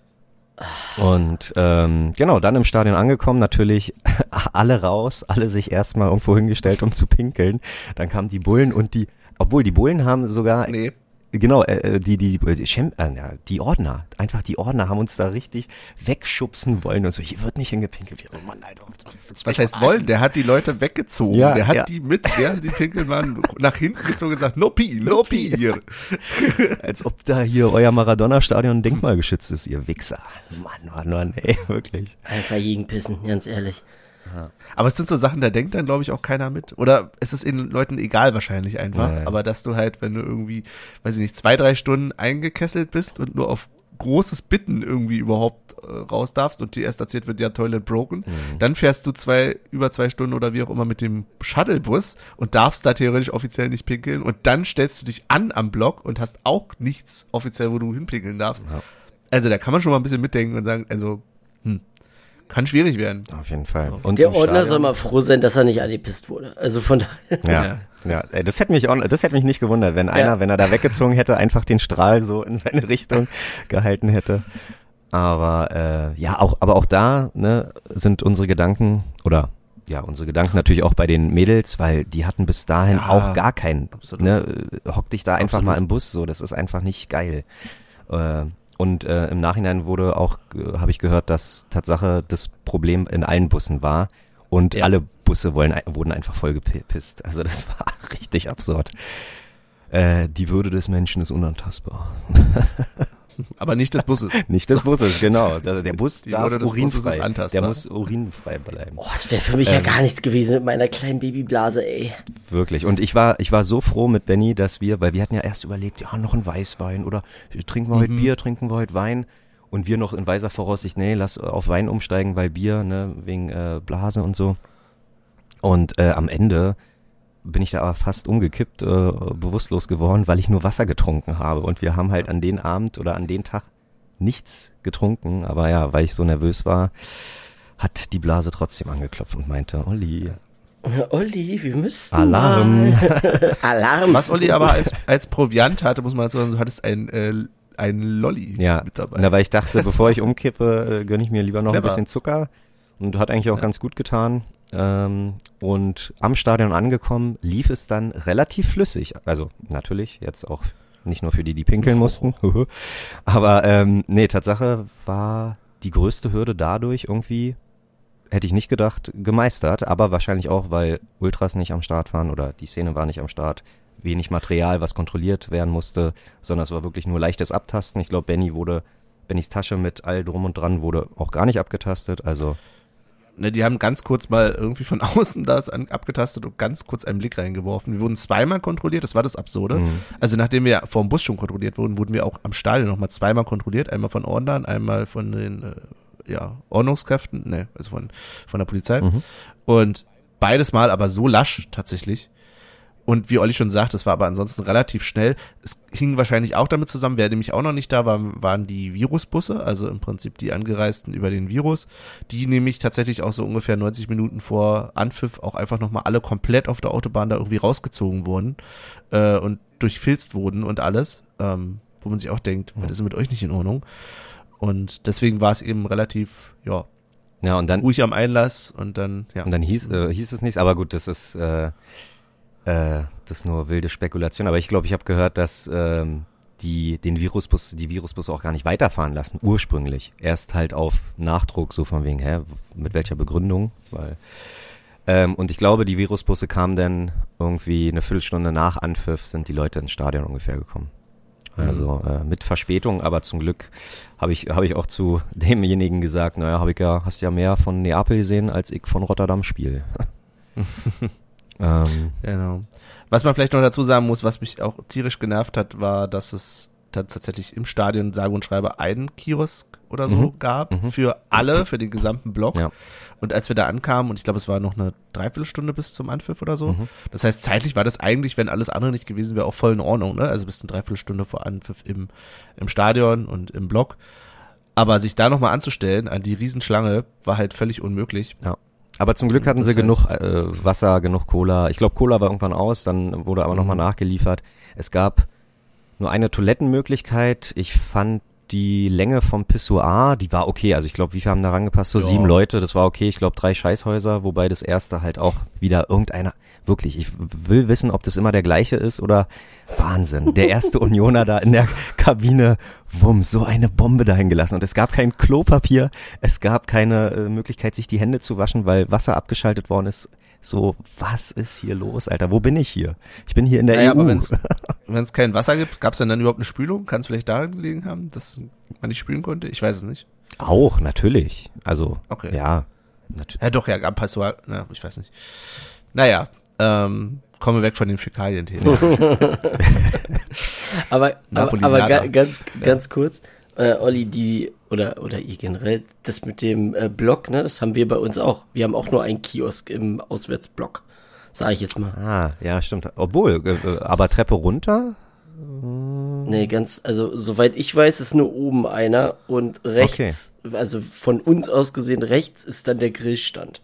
Und ähm, genau, dann im Stadion angekommen, natürlich alle raus, alle sich erstmal irgendwo hingestellt, um zu pinkeln. Dann kamen die Bullen und die, obwohl die Bullen haben sogar... Nee. Genau, äh, die, die, die, Schem, äh, die Ordner, einfach die Ordner haben uns da richtig wegschubsen wollen und so, hier wird nicht hingepinkelt. Wir so, Mann, Alter, was heißt wollen? Der hat die Leute weggezogen. Ja, der hat ja. die mit, während sie pinkeln waren, nach hinten gezogen und gesagt, no pee, no pee hier. Als ob da hier euer Maradona-Stadion denkmalgeschützt ist, ihr Wichser. Mann, Mann, Mann, ey, wirklich. Einfach gegenpissen, ganz ehrlich. Ja. Aber es sind so Sachen, da denkt dann, glaube ich, auch keiner mit. Oder es ist den Leuten egal wahrscheinlich einfach. Nein. Aber dass du halt, wenn du irgendwie, weiß ich nicht, zwei, drei Stunden eingekesselt bist und nur auf großes Bitten irgendwie überhaupt äh, raus darfst und dir erst erzählt wird, ja, Toilet broken, mhm. dann fährst du zwei, über zwei Stunden oder wie auch immer mit dem Shuttlebus und darfst da theoretisch offiziell nicht pinkeln und dann stellst du dich an am Block und hast auch nichts offiziell, wo du hinpinkeln darfst. Ja. Also da kann man schon mal ein bisschen mitdenken und sagen, also, hm. Kann schwierig werden. Auf jeden Fall. Und der Ordner soll mal froh sein, dass er nicht angepisst wurde. Also von daher. Ja, ja. ja. Das hätte mich auch, das hätte mich nicht gewundert, wenn einer, ja. wenn er da weggezogen hätte, einfach den Strahl so in seine Richtung gehalten hätte. Aber äh, ja, auch, aber auch da ne, sind unsere Gedanken oder ja, unsere Gedanken natürlich auch bei den Mädels, weil die hatten bis dahin ja, auch gar keinen. Ne, hock dich da einfach absolut. Mal im Bus, so, das ist einfach nicht geil. Äh, Und äh, im Nachhinein wurde auch, äh, habe ich gehört, dass Tatsache das Problem in allen Bussen war und ja. alle Busse wollen, wurden einfach voll gepisst. Also das war richtig absurd. Äh, die Würde des Menschen ist unantastbar. Aber nicht des Busses. Nicht des Busses, genau. Der, der Bus die darf Würde des urinfrei. Busses ist antastbar. Der muss urinfrei bleiben. Oh, das wäre für mich ähm, ja gar nichts gewesen mit meiner kleinen Babyblase, ey. Wirklich. Und ich war, ich war so froh mit Benny, dass wir, weil wir hatten ja erst überlegt, ja, noch ein Weißwein oder trinken wir mhm. heute Bier, trinken wir heute Wein. Und wir noch in weiser Voraussicht, nee, lass auf Wein umsteigen, weil Bier, ne, wegen äh, Blase und so. Und äh, am Ende bin ich da aber fast umgekippt, äh, bewusstlos geworden, weil ich nur Wasser getrunken habe. Und wir haben halt an den Abend oder an den Tag nichts getrunken. Aber ja, weil ich so nervös war, hat die Blase trotzdem angeklopft und meinte, Olli. Olli, wir müssen Alarm. Alarm. Was Olli aber als, als Proviant hatte, muss man sagen, du hattest ein, äh, ein Lolli ja. mit dabei. Ja, weil ich dachte, das bevor ich umkippe, äh, gönne ich mir lieber noch clever. Ein bisschen Zucker. Und hat eigentlich auch ja. ganz gut getan. Ähm, und am Stadion angekommen, lief es dann relativ flüssig. Also natürlich, jetzt auch nicht nur für die, die pinkeln mussten. Aber ähm, nee, Tatsache war die größte Hürde dadurch irgendwie, hätte ich nicht gedacht, gemeistert. Aber wahrscheinlich auch, weil Ultras nicht am Start waren oder die Szene war nicht am Start. Wenig Material, was kontrolliert werden musste, sondern es war wirklich nur leichtes Abtasten. Ich glaube, Benny wurde, Bennys Tasche mit all drum und dran wurde auch gar nicht abgetastet. Also Ne, die haben ganz kurz mal irgendwie von außen das an, abgetastet und ganz kurz einen Blick reingeworfen. Wir wurden zweimal kontrolliert, das war das Absurde. Mhm. Also nachdem wir vor dem Bus schon kontrolliert wurden, wurden wir auch am Stadion nochmal zweimal kontrolliert. Einmal von Ordnern, einmal von den äh, ja, Ordnungskräften, ne, also von, von der Polizei. Mhm. Und beides Mal aber so lasch tatsächlich. Und wie Olli schon sagt, das war aber ansonsten relativ schnell. Es hing wahrscheinlich auch damit zusammen, wer nämlich auch noch nicht da war, waren die Virusbusse, also im Prinzip die Angereisten über den Virus, die nämlich tatsächlich auch so ungefähr neunzig Minuten vor Anpfiff auch einfach nochmal alle komplett auf der Autobahn da irgendwie rausgezogen wurden äh, und durchfilzt wurden und alles, ähm, wo man sich auch denkt, was ist denn mit euch nicht in Ordnung? Und deswegen war es eben relativ, ja, Ja, und dann, ruhig am Einlass und dann, ja. und dann hieß, äh, hieß es nichts, aber gut, das ist, äh, Äh, das ist nur wilde Spekulation, aber ich glaube, ich habe gehört, dass ähm, die den Virusbus, die Virusbusse auch gar nicht weiterfahren lassen, ursprünglich. Erst halt auf Nachdruck, so von wegen, hä, mit welcher Begründung? Weil ähm, und ich glaube, die Virusbusse kamen dann irgendwie eine Viertelstunde nach Anpfiff, sind die Leute ins Stadion ungefähr gekommen. Also äh, mit Verspätung, aber zum Glück habe ich habe ich auch zu demjenigen gesagt, naja, habe ich ja, hast ja mehr von Neapel gesehen, als ich von Rotterdam spiele. Ähm, genau. Was man vielleicht noch dazu sagen muss, was mich auch tierisch genervt hat, war, dass es tatsächlich im Stadion sage und schreibe einen Kiosk oder so Mhm. gab Mhm. für alle, für den gesamten Block. Ja. Und als wir da ankamen, und ich glaube, es war noch eine Dreiviertelstunde bis zum Anpfiff oder so. Mhm. Das heißt, zeitlich war das eigentlich, wenn alles andere nicht gewesen wäre, auch voll in Ordnung, ne? Also bis eine Dreiviertelstunde vor Anpfiff im, im Stadion und im Block. Aber sich da nochmal anzustellen an die Riesenschlange war halt völlig unmöglich. Ja. Aber zum Glück hatten Das sie heißt- genug äh, Wasser, genug Cola. Ich glaube, Cola war irgendwann aus, dann wurde aber nochmal Mhm. nachgeliefert. Es gab nur eine Toilettenmöglichkeit. Ich fand die Länge vom Pissoir, die war okay. Also ich glaube, wie viele haben da rangepasst? So Ja. sieben Leute, das war okay. Ich glaube, drei Scheißhäuser, wobei das erste halt auch wieder irgendeiner, wirklich, ich will wissen, ob das immer der gleiche ist oder Wahnsinn. Der erste Unioner da in der Kabine, wumm, so eine Bombe dahin gelassen. Und es gab kein Klopapier, es gab keine äh, Möglichkeit, sich die Hände zu waschen, weil Wasser abgeschaltet worden ist. So, was ist hier los, Alter? Wo bin ich hier? Ich bin hier in der Naja, E U. aber wenn's, wenn es kein Wasser gibt, gab es denn dann überhaupt eine Spülung? Kann es vielleicht daran gelegen haben, dass man nicht spülen konnte? Ich weiß es nicht. Auch, natürlich. Also, Okay. ja, natürlich. Ja doch, ja, am Passoir, na, ich weiß nicht. Naja, ähm, kommen wir weg von den Fäkalien-Themen. Aber, aber, Napoli aber nada. ga, ganz, ganz kurz, äh, Olli, die, oder, oder ihr generell, das mit dem äh, Block, ne, das haben wir bei uns auch. Wir haben auch nur einen Kiosk im Auswärtsblock, sage ich jetzt mal. Ah, ja, stimmt. Obwohl, äh, äh, aber Treppe runter? Nee, ganz, also soweit ich weiß, ist nur oben einer und rechts, also von uns aus gesehen, rechts ist dann der Grillstand.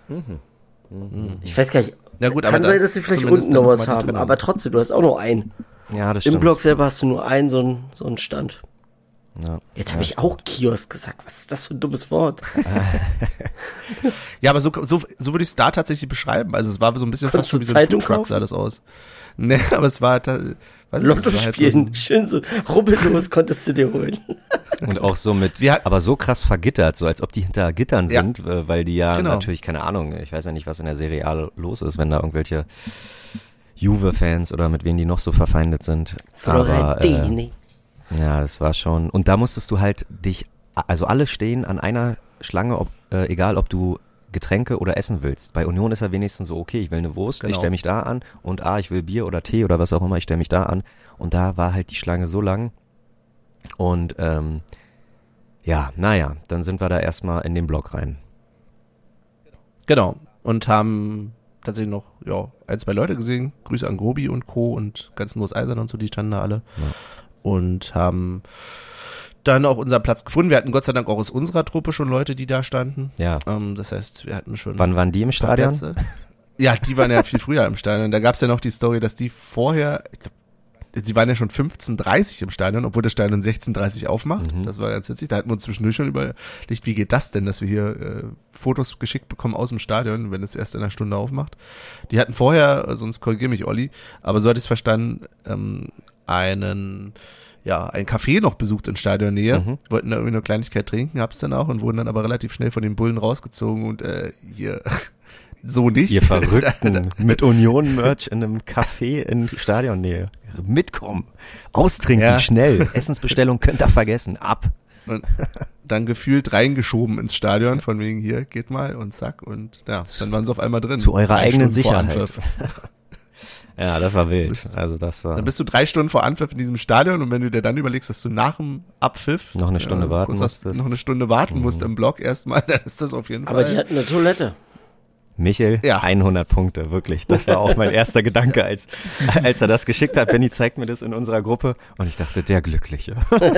Ich weiß gar nicht, Ja gut, kann aber sein, das dass sie vielleicht zumindest unten noch dann was mal die haben, Trennung. aber trotzdem, du hast auch nur einen. Ja, das Im stimmt. Block selber hast du nur einen, so einen, so einen Stand. Ja. Jetzt habe ich auch Kiosk gesagt. Was ist das für ein dummes Wort? Ja, aber so, so, so würde ich es da tatsächlich beschreiben. Also es war so ein bisschen Konntest fast schon du wie so ein Zeitung Foodtruck kaufen? sah das aus. Ne, aber es war, ta- weiß ich nicht, Lotto es war halt spielen, so ein- schön so rubbellos konntest du dir holen. Und auch so mit, Wir hat- aber so krass vergittert, so als ob die hinter Gittern Ja. sind, äh, weil die ja Genau. natürlich, keine Ahnung, ich weiß ja nicht, was in der Serie A los ist, wenn da irgendwelche Juve-Fans oder mit wem die noch so verfeindet sind. Aber, äh, Florentin. ja, das war schon, und da musstest du halt dich, also alle stehen an einer Schlange, ob, äh, egal ob du Getränke oder Essen willst. Bei Union ist ja wenigstens so, okay, ich will eine Wurst, Genau. ich stelle mich da an und ah, ich will Bier oder Tee oder was auch immer, ich stelle mich da an. Und da war halt die Schlange so lang. Und ähm, ja, naja, dann sind wir da erstmal in den Block rein. Genau. Und haben tatsächlich noch, ja, ein, zwei Leute gesehen. Grüße an Grobi und Co. und ganz Los Eisern und so, die standen da alle. Ja. Und haben dann auch unseren Platz gefunden. Wir hatten Gott sei Dank auch aus unserer Truppe schon Leute, die da standen. Ja. Ähm, das heißt, wir hatten schon Wann waren die im ein paar Stadion? Plätze. Ja, die waren ja viel früher im Stadion. Da gab es ja noch die Story, dass die vorher, ich glaub, sie waren ja schon fünfzehn Uhr dreißig im Stadion, obwohl das Stadion sechzehn Uhr dreißig aufmacht. Mhm. Das war ganz witzig. Da hatten wir uns zwischendurch schon überlegt, wie geht das denn, dass wir hier äh, Fotos geschickt bekommen aus dem Stadion, wenn es erst in einer Stunde aufmacht. Die hatten vorher, äh, sonst korrigier mich, Olli, aber so hatte ich es verstanden, ähm, einen, ja, ein Café noch besucht in Stadionnähe, Mhm. wollten da irgendwie eine Kleinigkeit trinken, hab's dann auch und wurden dann aber relativ schnell von den Bullen rausgezogen und äh, hier so nicht. Ihr Verrückten mit Union-Merch in einem Café in Stadionnähe. Mitkommen, austrinken, Ja. schnell. Essensbestellung könnt ihr vergessen, ab. Und dann gefühlt reingeschoben ins Stadion, von wegen hier, geht mal und zack und ja, dann waren sie auf einmal drin. Zu eurer Drei eigenen Stunden vor Sicherheit. Anpfiff. Ja, das war wild. Also das war Dann bist du drei Stunden vor Anpfiff in diesem Stadion und wenn du dir dann überlegst, dass du nach dem Abpfiff noch eine Stunde äh, warten musst, musstest. noch eine Stunde warten Mhm. musst im Block erstmal, dann ist das auf jeden Aber Fall. die hatten eine Toilette. Michel, Ja. hundert Punkte, wirklich. Das war auch mein erster Gedanke, als, als er das geschickt hat. Benni zeigt mir das in unserer Gruppe und ich dachte, der Glückliche.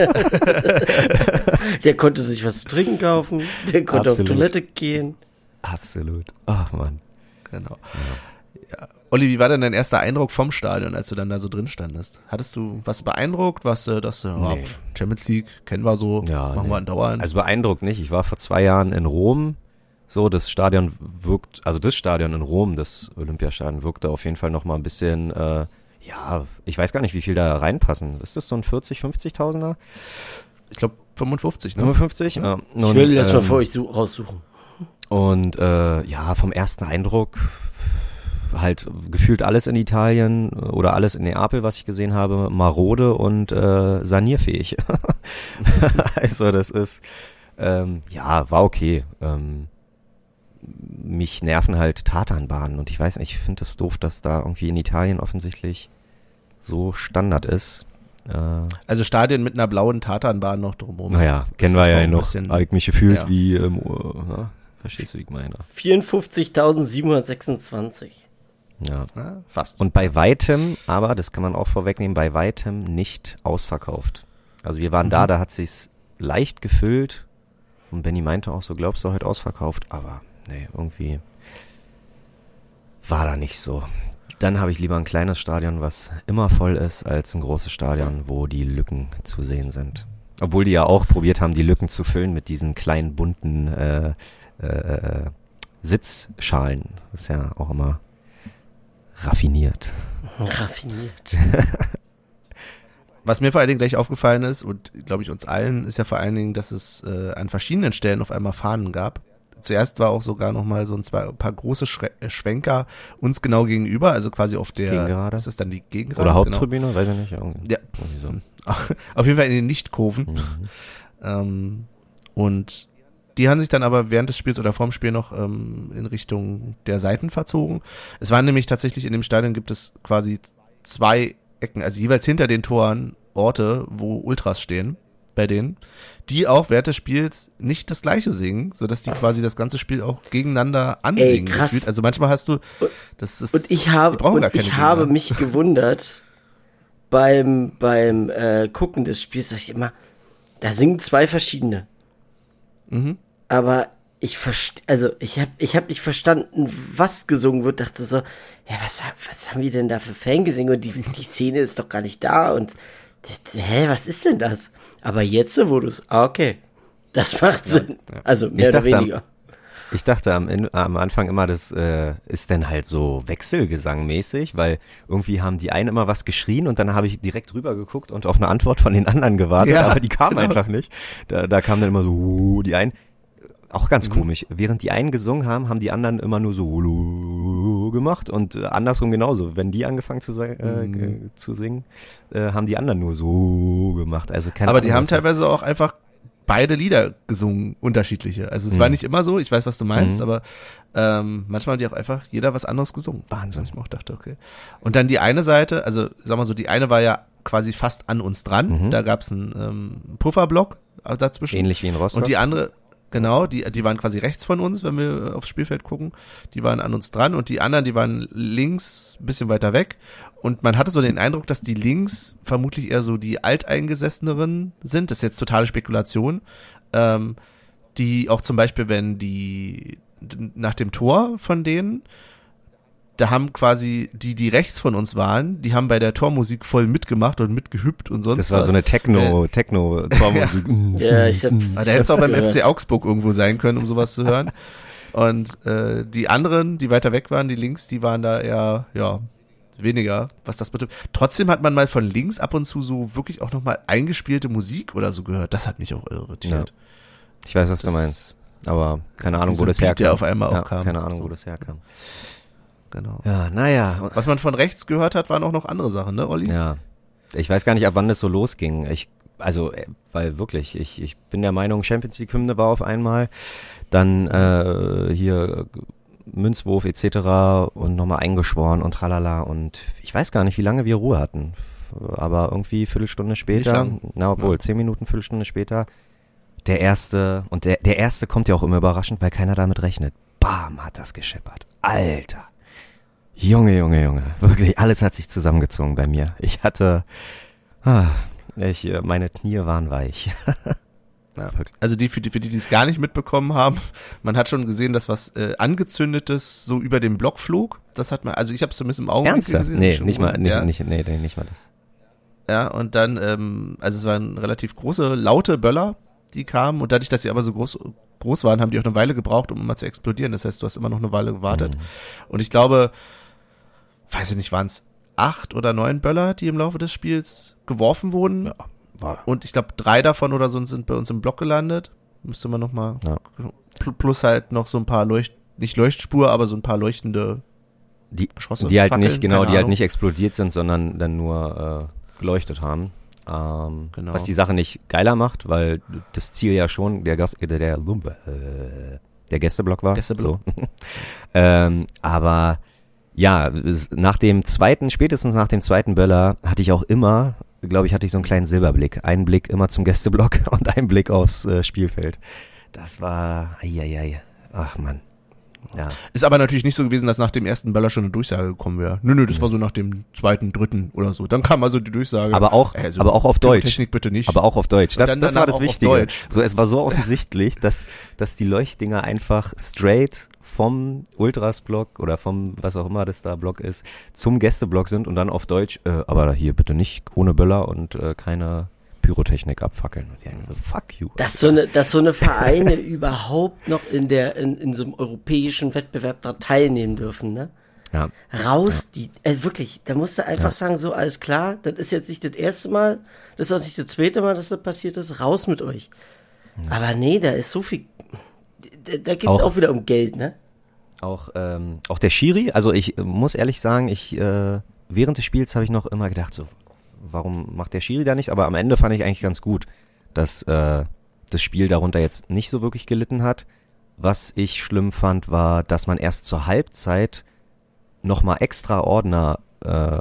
Der konnte sich was zu trinken kaufen, der konnte Absolut. auf Toilette gehen. Absolut. Ach Mann. Genau. Ja. Olli, wie war denn dein erster Eindruck vom Stadion, als du dann da so drin standest? Hattest du was beeindruckt? Was du, dass du, oh, Nee. Champions League kennen wir so, Ja, machen nee. wir andauernd. Also beeindruckt nicht. Ich war vor zwei Jahren in Rom. So, das Stadion wirkt, also das Stadion in Rom, das Olympiastadion wirkte auf jeden Fall noch mal ein bisschen, äh, ja, ich weiß gar nicht, wie viel da reinpassen. Ist das so ein vierzig, fünfzigtausender? ich glaube fünfundfünfzig, ne? fünfundfünfzig? Ja. Ich Und, will das mal ähm, vor euch su- raussuchen. Und äh, ja, vom ersten Eindruck halt gefühlt alles in Italien oder alles in Neapel, was ich gesehen habe, marode und äh, sanierfähig. Also das ist, ähm, ja, war okay. Ähm, mich nerven halt Tatanbahnen und ich weiß nicht, ich finde es doof, dass da irgendwie in Italien offensichtlich so Standard ist. Äh, Also Stadien mit einer blauen Tatanbahn noch drumherum. naja, Das kennen ist wir auch ja ein noch. bisschen- Habe ich mich gefühlt ja. wie, ähm, uh, verstehst du, wie ich meine? vierundfünfzigtausendsiebenhundertsechsundzwanzig. Ja. Ja, fast. Und bei weitem, aber das kann man auch vorwegnehmen, bei weitem nicht ausverkauft. Also wir waren Mhm. da, da hat sich's leicht gefüllt und Benni meinte auch so, glaubst du, heute ausverkauft? Aber nee, irgendwie war da nicht so. Dann habe ich lieber ein kleines Stadion, was immer voll ist, als ein großes Stadion, wo die Lücken zu sehen sind. Obwohl die ja auch probiert haben, die Lücken zu füllen mit diesen kleinen bunten äh, äh, Sitzschalen. Das ist ja auch immer raffiniert. Raffiniert. Was mir vor allen Dingen gleich aufgefallen ist, und glaube ich uns allen, ist ja vor allen Dingen, dass es äh, an verschiedenen Stellen auf einmal Fahnen gab. Zuerst war auch sogar noch mal so ein, zwei, ein paar große Schre äh, Schwenker uns genau gegenüber, also quasi auf der, Gegengerade? das ist dann die Gegengerade. Oder Haupttribüne, weiß ich nicht. Irgendwie, Ja. irgendwie so. Genau. Auf jeden Fall in den Nichtkurven. Mhm. Ähm, und die haben sich dann aber während des Spiels oder vorm Spiel noch ähm, in Richtung der Seiten verzogen. Es waren nämlich tatsächlich in dem Stadion gibt es quasi zwei Ecken, also jeweils hinter den Toren Orte, wo Ultras stehen, bei denen, die auch während des Spiels nicht das Gleiche singen, sodass die quasi das ganze Spiel auch gegeneinander ansingen. krass. gefühlt. Also manchmal hast du, das ist, Und ich die habe, brauchen gar und keine ich habe Gegner. mich gewundert beim, beim äh, Gucken des Spiels, sag ich immer, da singen zwei verschiedene. Mhm. Aber ich verste also ich habe ich hab nicht verstanden, was gesungen wird. Dachte so, ja, was, ha- was haben wir denn da für Fangesänge? Und die, die Szene ist doch gar nicht da. Und d- hä, was ist denn das? Aber jetzt, wo du es, ah, okay, das macht Sinn. Also mehr Ich oder dachte, am- weniger. Ich dachte am, in- am Anfang immer, das äh, ist dann halt so Wechselgesangmäßig, weil irgendwie haben die einen immer was geschrien und dann habe ich direkt rüber geguckt und auf eine Antwort von den anderen gewartet, Ja, aber die kam genau. einfach nicht. Da, da kam dann immer so, uh, die einen, auch ganz Mhm. komisch, während die einen gesungen haben, haben die anderen immer nur so uh, gemacht und äh, andersrum genauso. Wenn die angefangen zu, sa- äh, Mhm. äh, zu singen, äh, haben die anderen nur so gemacht. Also keine Aber Ahnung, die haben was das- teilweise auch einfach beide Lieder gesungen, unterschiedliche. Also es Mhm. war nicht immer so, ich weiß, was du meinst, Mhm. aber ähm, manchmal haben die auch einfach jeder was anderes gesungen. Wahnsinn. Und ich mir auch dachte, okay. Und dann die eine Seite, also sag mal so, die eine war ja quasi fast an uns dran. Mhm. Da gab's einen ähm, Pufferblock dazwischen. ähnlich wie in Rostock. Und die andere, genau, die, die waren quasi rechts von uns, wenn wir aufs Spielfeld gucken. Die waren an uns dran und die anderen, die waren links, ein bisschen weiter weg. Und man hatte so den Eindruck, dass die links vermutlich eher so die Alteingesesseneren sind. Das ist jetzt totale Spekulation. Ähm, die auch zum Beispiel, wenn die nach dem Tor von denen, da haben quasi die, die rechts von uns waren, die haben bei der Tormusik voll mitgemacht und mitgehüpft und sonst das war was. so eine Techno, Techno-Tormusik. Ja, ich hab's. Ah, da hätte es auch beim gehört. F C Augsburg irgendwo sein können, um sowas zu hören. Und äh, die anderen, die weiter weg waren, die links, die waren da eher, ja, weniger, was das betrifft. Trotzdem hat man mal von links ab und zu so wirklich auch nochmal eingespielte Musik oder so gehört. Das hat mich auch irritiert. Ich weiß, was du Das- meinst. Aber keine Ahnung, Wie so wo ein das Beat, herkam. der auf einmal auch ja, kam. Keine Ahnung, So. wo das herkam. Genau. Ja, naja. Was man von rechts gehört hat, waren auch noch andere Sachen, ne, Olli? Ja. Ich weiß gar nicht, ab wann das so losging. Ich, also, äh, weil wirklich, ich, ich bin der Meinung, Champions League Hymne war auf einmal. Dann äh, hier Münzwurf et cetera und nochmal eingeschworen und tralala und ich weiß gar nicht, wie lange wir Ruhe hatten, aber irgendwie Viertelstunde später, na obwohl, ja. zehn Minuten, Viertelstunde später, der erste, und der, der erste kommt ja auch immer überraschend, weil keiner damit rechnet. Bam, hat das gescheppert. Alter. Junge, Junge, Junge. Wirklich, alles hat sich zusammengezogen bei mir. Ich hatte, ah, ich, meine Knie waren weich. Ja. Also die für, die, für die, die es gar nicht mitbekommen haben, man hat schon gesehen, dass was äh, Angezündetes so über den Block flog. Das hat man, also ich habe es zumindest im Augenblick Ernsthaft? gesehen. Nee, nicht mal, nicht, ja. nicht, nee, nee, nicht mal das. Ja, und dann, ähm, also es waren relativ große, laute Böller, die kamen und dadurch, dass sie aber so groß, groß waren, haben die auch eine Weile gebraucht, um immer zu explodieren. Das heißt, du hast immer noch eine Weile gewartet. Mhm. Und ich glaube, weiß ich nicht, waren es acht oder neun Böller, die im Laufe des Spiels geworfen wurden. Ja. War. Und ich glaube, drei davon oder so sind bei uns im Block gelandet. Müsste man nochmal. Ja. Plus halt noch so ein paar Leucht, nicht Leuchtspur, aber so ein paar leuchtende die, Geschosse. Die halt Fackeln, nicht, genau, die Ahnung. halt nicht explodiert sind, sondern dann nur äh, geleuchtet haben. Ähm, genau. Was die Sache nicht geiler macht, weil das Ziel ja schon der Gast, der, der, äh, der Gästeblock war. Gästeblock. So. ähm, aber ja, nach dem zweiten, spätestens nach dem zweiten Böller hatte ich auch immer, glaube ich, hatte ich so einen kleinen Silberblick. Einen Blick immer zum Gästeblock und einen Blick aufs äh, Spielfeld. Das war, eieiei, ach Mann. Ja. Ist aber natürlich nicht so gewesen, dass nach dem ersten Böller schon eine Durchsage gekommen wäre. Nö, nö, das ja. war so nach dem zweiten, dritten oder so. Dann kam also die Durchsage. Aber auch, also, aber auch auf Deutsch. Technik bitte nicht. Aber auch auf Deutsch. Das, das war das Wichtige. So, es war so offensichtlich, dass, dass die Leuchtdinger einfach straight vom Ultras-Block oder vom, was auch immer das da Block ist, zum Gästeblock sind und dann auf Deutsch, äh, aber hier bitte nicht ohne Böller und äh, keine Pyrotechnik abfackeln. Und wir sagen so, fuck you. Dass so eine, dass so eine Vereine überhaupt noch in der, in, in so einem europäischen Wettbewerb da teilnehmen dürfen, ne? Ja. Raus, ja. die, äh, wirklich, da musst du einfach ja. sagen, so, alles klar, das ist jetzt nicht das erste Mal, das ist auch nicht das zweite Mal, dass das passiert ist, raus mit euch. Ja. Aber nee, da ist so viel, da, da geht's auch, auch wieder um Geld, ne? Auch, ähm, auch der Schiri, also ich äh, muss ehrlich sagen, ich, äh, während des Spiels habe ich noch immer gedacht, so, warum macht der Schiri da nicht? Aber am Ende fand ich eigentlich ganz gut, dass äh, das Spiel darunter jetzt nicht so wirklich gelitten hat. Was ich schlimm fand, war, dass man erst zur Halbzeit nochmal extra Ordner äh,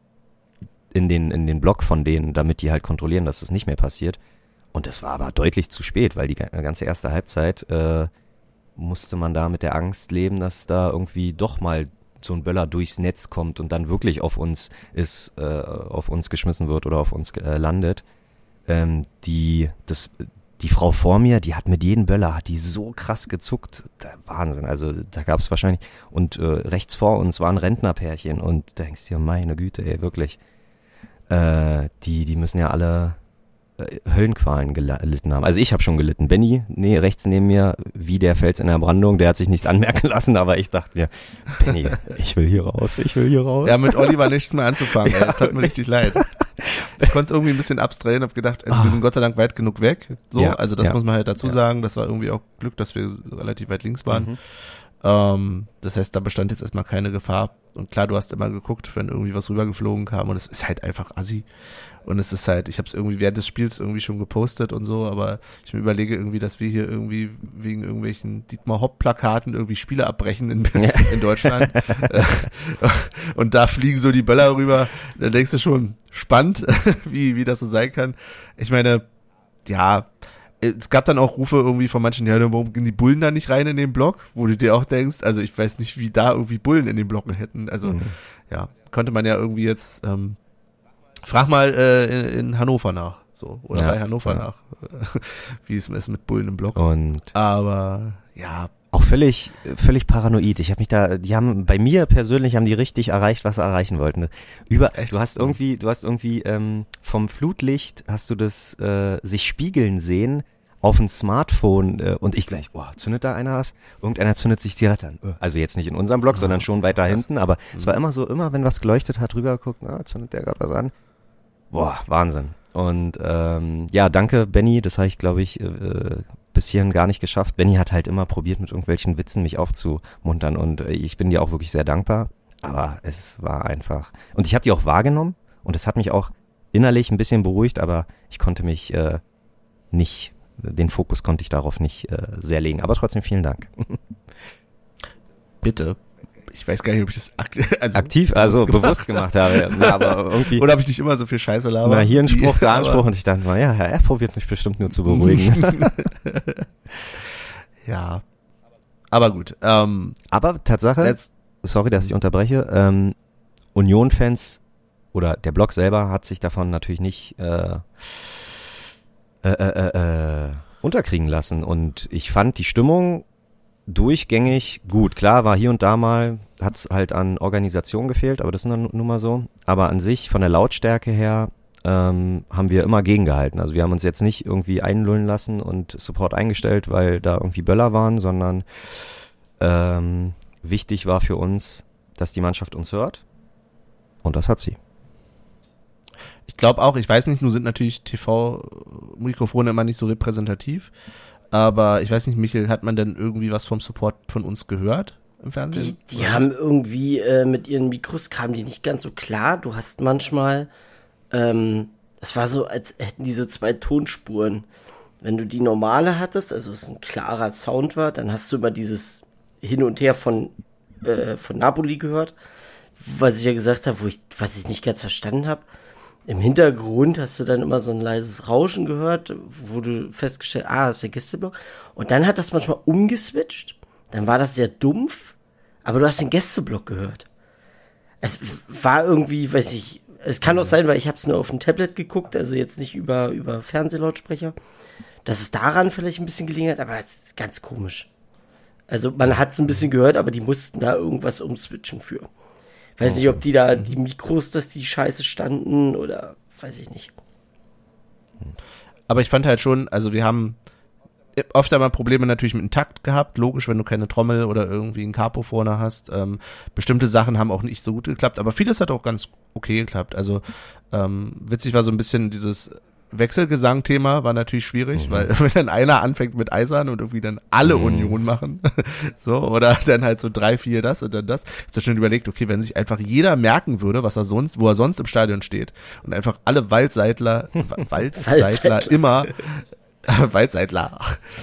in den in den Block von denen, damit die halt kontrollieren, dass das nicht mehr passiert. Und das war aber deutlich zu spät, weil die ganze erste Halbzeit äh, musste man da mit der Angst leben, dass da irgendwie doch mal so ein Böller durchs Netz kommt und dann wirklich auf uns ist, äh, auf uns geschmissen wird oder auf uns äh, landet. Ähm, die, das, die Frau vor mir, die hat mit jedem Böller, hat die so krass gezuckt. Da, Wahnsinn, also da gab es wahrscheinlich, und äh, rechts vor uns waren Rentnerpärchen und da denkst du dir, meine Güte, ey, wirklich. Äh, die, die müssen ja alle Höllenqualen gelitten haben. Also ich habe schon gelitten. Benny, nee, rechts neben mir, wie der Fels in der Brandung, der hat sich nichts anmerken lassen, aber ich dachte mir, Benny, ich will hier raus, ich will hier raus. Ja, mit Oliver nichts mehr anzufangen, ja, ey. Tat mir richtig leid. Ich konnte es irgendwie ein bisschen abstrahieren, hab gedacht, also oh. wir sind Gott sei Dank weit genug weg, so, ja, also das ja. muss man halt dazu ja. sagen, das war irgendwie auch Glück, dass wir relativ weit links waren. Mhm. Ähm, das heißt, da bestand jetzt erstmal keine Gefahr. Und klar, du hast immer geguckt, wenn irgendwie was rübergeflogen kam und es ist halt einfach assi. Und es ist halt, ich habe es irgendwie während des Spiels irgendwie schon gepostet und so, aber ich mir überlege irgendwie, dass wir hier irgendwie wegen irgendwelchen Dietmar Hopp-Plakaten irgendwie Spiele abbrechen in, ja. in Deutschland. Und da fliegen so die Böller rüber. Da denkst du schon, spannend, wie, wie das so sein kann. Ich meine, ja, es gab dann auch Rufe irgendwie von manchen, ja, warum gehen die Bullen da nicht rein in den Block? Wo du dir auch denkst, also ich weiß nicht, wie da irgendwie Bullen in den Blocken hätten. Also, mhm. ja, konnte man ja irgendwie jetzt, ähm, frag mal äh, in, in Hannover nach, so, oder ja, bei Hannover ja. nach, wie es ist mit Bullen im Block. Und aber, ja. Auch völlig, völlig paranoid. Ich habe mich da, die haben, bei mir persönlich haben die richtig erreicht, was sie erreichen wollten. Über, Echt? du hast irgendwie, du hast irgendwie ähm, vom Flutlicht hast du das äh, sich spiegeln sehen auf dem Smartphone äh, und ich gleich, oh, zündet da einer was? Irgendeiner zündet sich Zigarette an. Also jetzt nicht in unserem Block, oh, sondern schon weiter krass. hinten, aber mhm. es war immer so, immer wenn was geleuchtet hat, rübergeguckt, na, zündet der gerade was an. Boah, Wahnsinn. Und ähm, ja, danke Benny, das habe ich glaube ich äh, bis hierhin gar nicht geschafft. Benny hat halt immer probiert mit irgendwelchen Witzen mich aufzumuntern und äh, ich bin dir auch wirklich sehr dankbar, aber es war einfach, und ich habe die auch wahrgenommen und es hat mich auch innerlich ein bisschen beruhigt, aber ich konnte mich äh, nicht, den Fokus konnte ich darauf nicht äh, sehr legen, aber trotzdem vielen Dank. Bitte. Ich weiß gar nicht, ob ich das akt- also Aktiv, also bewusst gemacht, gemacht habe. Ja, aber irgendwie. Oder habe ich nicht immer so viel Scheiße laber? Na, hier ein Spruch, Die- da ein Spruch und ich dachte mal, ja, er probiert mich bestimmt nur zu beruhigen. Ja. Aber gut. Ähm, Aber Tatsache, let's, sorry, dass ich unterbreche, ähm, Union-Fans oder der Blog selber hat sich davon natürlich nicht äh, äh, äh, äh, unterkriegen lassen und ich fand die Stimmung durchgängig gut. Klar war hier und da mal, hat es halt an Organisation gefehlt, aber das ist nun nun mal so. Aber an sich, von der Lautstärke her, ähm, haben wir immer gegengehalten. Also wir haben uns jetzt nicht irgendwie einlullen lassen und Support eingestellt, weil da irgendwie Böller waren, sondern ähm, wichtig war für uns, dass die Mannschaft uns hört. Und das hat sie. ich glaube auch, ich weiß nicht, nur sind natürlich T V-Mikrofone immer nicht so repräsentativ. Aber ich weiß nicht, Michael, hat man denn irgendwie was vom Support von uns gehört im Fernsehen? Die, die haben irgendwie äh, mit ihren Mikros kamen die nicht ganz so klar. Du hast manchmal, ähm, das war so, als hätten die so zwei Tonspuren. Wenn du die normale hattest, also es ein klarer Sound war, dann hast du immer dieses Hin und Her von, äh, von Napoli gehört, was ich ja gesagt habe, wo ich, was ich nicht ganz verstanden habe. Im Hintergrund hast du dann immer so ein leises Rauschen gehört, wo du festgestellt, ah, das ist der Gästeblock. Und dann hat das manchmal umgeswitcht. Dann war das sehr dumpf, aber du hast den Gästeblock gehört. Es war irgendwie, weiß ich, es kann auch sein, weil ich habe es nur auf dem Tablet geguckt, also jetzt nicht über, über Fernsehlautsprecher, dass es daran vielleicht ein bisschen gelegen hat, aber es ist ganz komisch. Also man hat es ein bisschen gehört, aber die mussten da irgendwas umswitchen für. Weiß nicht, ob die da, die Mikros, dass die scheiße standen oder weiß ich nicht. Aber ich fand halt schon, also wir haben oft einmal Probleme natürlich mit dem Takt gehabt. Logisch, wenn du keine Trommel oder irgendwie ein Capo vorne hast. Ähm, bestimmte Sachen haben auch nicht so gut geklappt, aber vieles hat auch ganz okay geklappt. Also ähm, witzig war so ein bisschen dieses Wechselgesang-Thema war natürlich schwierig, mhm. weil wenn dann einer anfängt mit Eisern und irgendwie dann alle mhm. Union machen, so, oder dann halt so drei, vier das und dann das. Ich hab da schon überlegt, okay, wenn sich einfach jeder merken würde, was er sonst, wo er sonst im Stadion steht und einfach alle Waldseitler, Waldseitler immer, Waldseitler,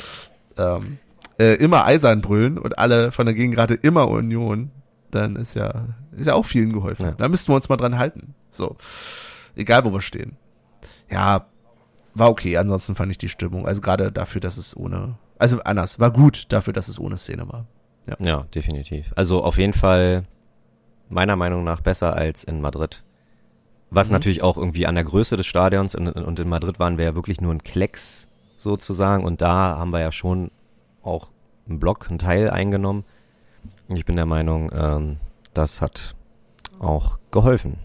ähm, äh, immer Eisern brüllen und alle von der Gegengrade immer Union, dann ist ja, ist ja auch vielen geholfen. Ja. Da müssten wir uns mal dran halten. So. Egal, wo wir stehen. Ja, war okay, ansonsten fand ich die Stimmung, also gerade dafür, dass es ohne, also anders, war gut dafür, dass es ohne Szene war. Ja, ja, definitiv. Also auf jeden Fall meiner Meinung nach besser als in Madrid. Was mhm. natürlich auch irgendwie an der Größe des Stadions und, und in Madrid waren wir ja wirklich nur ein Klecks sozusagen und da haben wir ja schon auch einen Block, einen Teil eingenommen. Und ich bin der Meinung, ähm, das hat auch geholfen.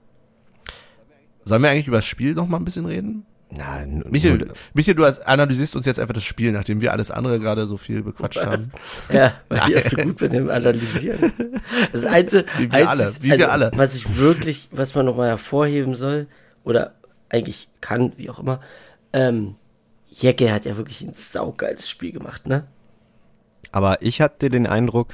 Sollen wir eigentlich über das Spiel noch mal ein bisschen reden? Na, Michael, Michael, du analysierst uns jetzt einfach das Spiel, nachdem wir alles andere gerade so viel bequatscht Was? haben. Ja, weil wir so gut mit dem Analysieren. Das Einzige, wie wir alle, wie also, wir alle. Was ich wirklich, was man nochmal hervorheben soll, oder eigentlich kann, wie auch immer, ähm, Jecke hat ja wirklich ein saugeiles Spiel gemacht, ne? Aber ich hatte den Eindruck,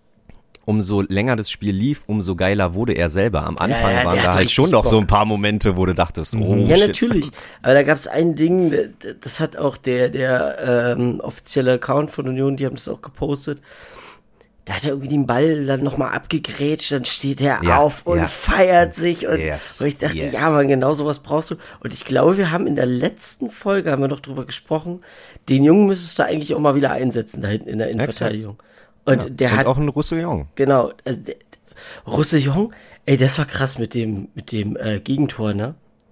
umso länger das Spiel lief, umso geiler wurde er selber. Am Anfang ja, ja, waren da halt schon noch Bock. So ein paar Momente, wo du dachtest, oh Ja, shit. natürlich. Aber da gab es ein Ding, das hat auch der, der ähm, offizielle Account von Union, die haben das auch gepostet. Da hat er irgendwie den Ball dann nochmal abgegrätscht, dann steht er ja, auf und ja. feiert sich. Und, yes, und ich dachte, yes. ja man, genau sowas brauchst du. Und ich glaube, wir haben in der letzten Folge, haben wir noch drüber gesprochen, den Jungen müsstest du eigentlich auch mal wieder einsetzen, da hinten in der Innenverteidigung. Und ja, der und hat auch ein Roussillon. Genau, also der, der Roussillon, ey, das war krass mit dem mit dem äh, Gegentor, ne?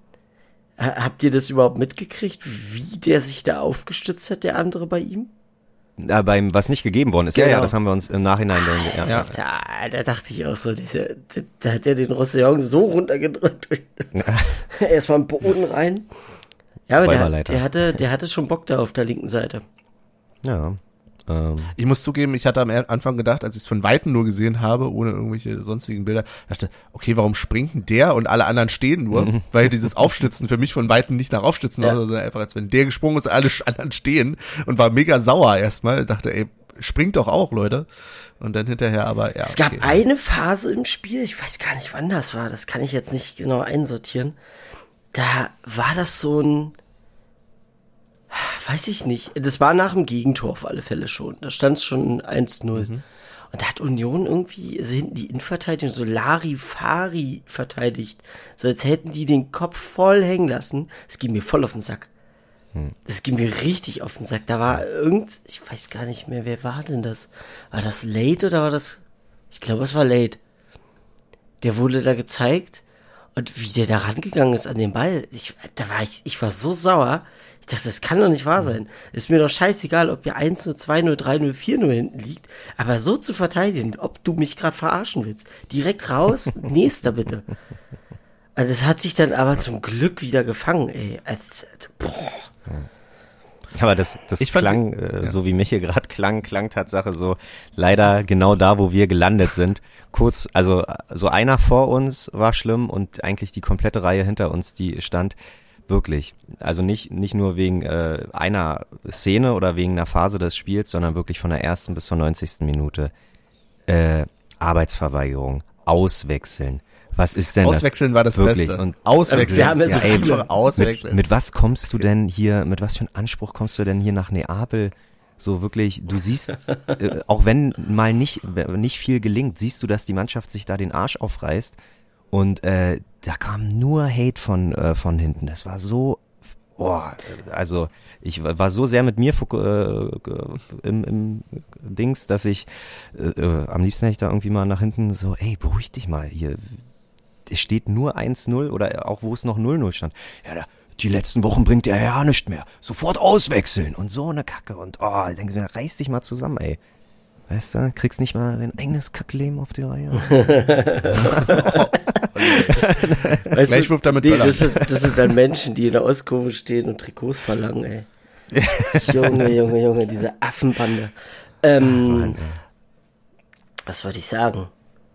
Habt ihr das überhaupt mitgekriegt, wie der sich da aufgestützt hat, der andere bei ihm? Ja, beim was nicht gegeben worden ist. Genau. Ja, ja, das haben wir uns im Nachhinein dann. Ja. Da, da dachte ich auch so, dieser, da, da hat er den Roussillon so runtergedrückt. Erstmal im Boden rein. Ja, aber der, der hatte, der hatte schon Bock da auf der linken Seite. Ja. Ich muss zugeben, ich hatte am Anfang gedacht, als ich es von Weitem nur gesehen habe, ohne irgendwelche sonstigen Bilder, dachte, okay, warum springt denn der und alle anderen stehen nur? Mhm. Weil dieses Aufstützen für mich von Weitem nicht nach Aufstützen ja. aus, sondern einfach, als wenn der gesprungen ist, alle anderen stehen und war mega sauer erstmal. Dachte, ey, springt doch auch, Leute. Und dann hinterher aber, ja. Es gab okay. eine Phase im Spiel, ich weiß gar nicht, wann das war, das kann ich jetzt nicht genau einsortieren. Da war das so ein, weiß ich nicht. Das war nach dem Gegentor auf alle Fälle schon. Da stand es schon eins null. Mhm. Und Und da hat Union irgendwie, also hinten die Innenverteidigung, so Larifari verteidigt. So als hätten die den Kopf voll hängen lassen. Es ging mir voll auf den Sack. Das ging mir richtig auf den Sack. Da war irgend, ich weiß gar nicht mehr, wer war denn das? War das Late oder war das, ich glaube, es war Late. Der wurde da gezeigt und wie der da rangegangen ist an den Ball. Ich, da war ich, ich war so sauer. Ich dachte, das kann doch nicht wahr sein. Ist mir doch scheißegal, ob ihr eins null, zwei null, drei null, vier null hinten liegt. Aber so zu verteidigen, ob du mich gerade verarschen willst. Direkt raus, nächster bitte. Also das hat sich dann aber zum Glück wieder gefangen, ey. Also, boah. Aber das, das Ich fand klang, die- äh, ja. so wie Michi gerade klang, klang Tatsache so leider genau da, wo wir gelandet sind. Kurz, also so einer vor uns war schlimm und eigentlich die komplette Reihe hinter uns, die stand wirklich. Also nicht nicht nur wegen äh, einer Szene oder wegen einer Phase des Spiels, sondern wirklich von der ersten bis zur neunzigsten Minute. Äh, Arbeitsverweigerung, auswechseln. Was ist denn Auswechseln war das Wirklich. Beste. Und- Auswechseln. Wir haben ja so ey, viele. einfach auswechseln. Mit, mit was kommst du denn hier, mit was für einem Anspruch kommst du denn hier nach Neapel? So wirklich, du siehst, äh, auch wenn mal nicht, nicht viel gelingt, siehst du, dass die Mannschaft sich da den Arsch aufreißt und äh, da kam nur Hate von, äh, von hinten. Das war so, boah, also ich war so sehr mit mir äh, im, im Dings, dass ich äh, äh, am liebsten hätte ich da irgendwie mal nach hinten so, ey, beruhig dich mal hier. Es steht nur eins null oder auch wo es noch null null stand. Ja, da, die letzten Wochen bringt er ja nicht mehr. Sofort auswechseln und so eine Kacke. Und oh, denkst du mir, reiß dich mal zusammen, ey. Weißt du, kriegst nicht mal dein eigenes Kackleben auf die Reihe. Weißt Gleich wirft er mit nee, Böllern. das, sind, das sind dann Menschen, die in der Ostkurve stehen und Trikots verlangen, ey. Junge, Junge, Junge, diese Affenbande. Ähm, Mann, ey. was wollte ich sagen?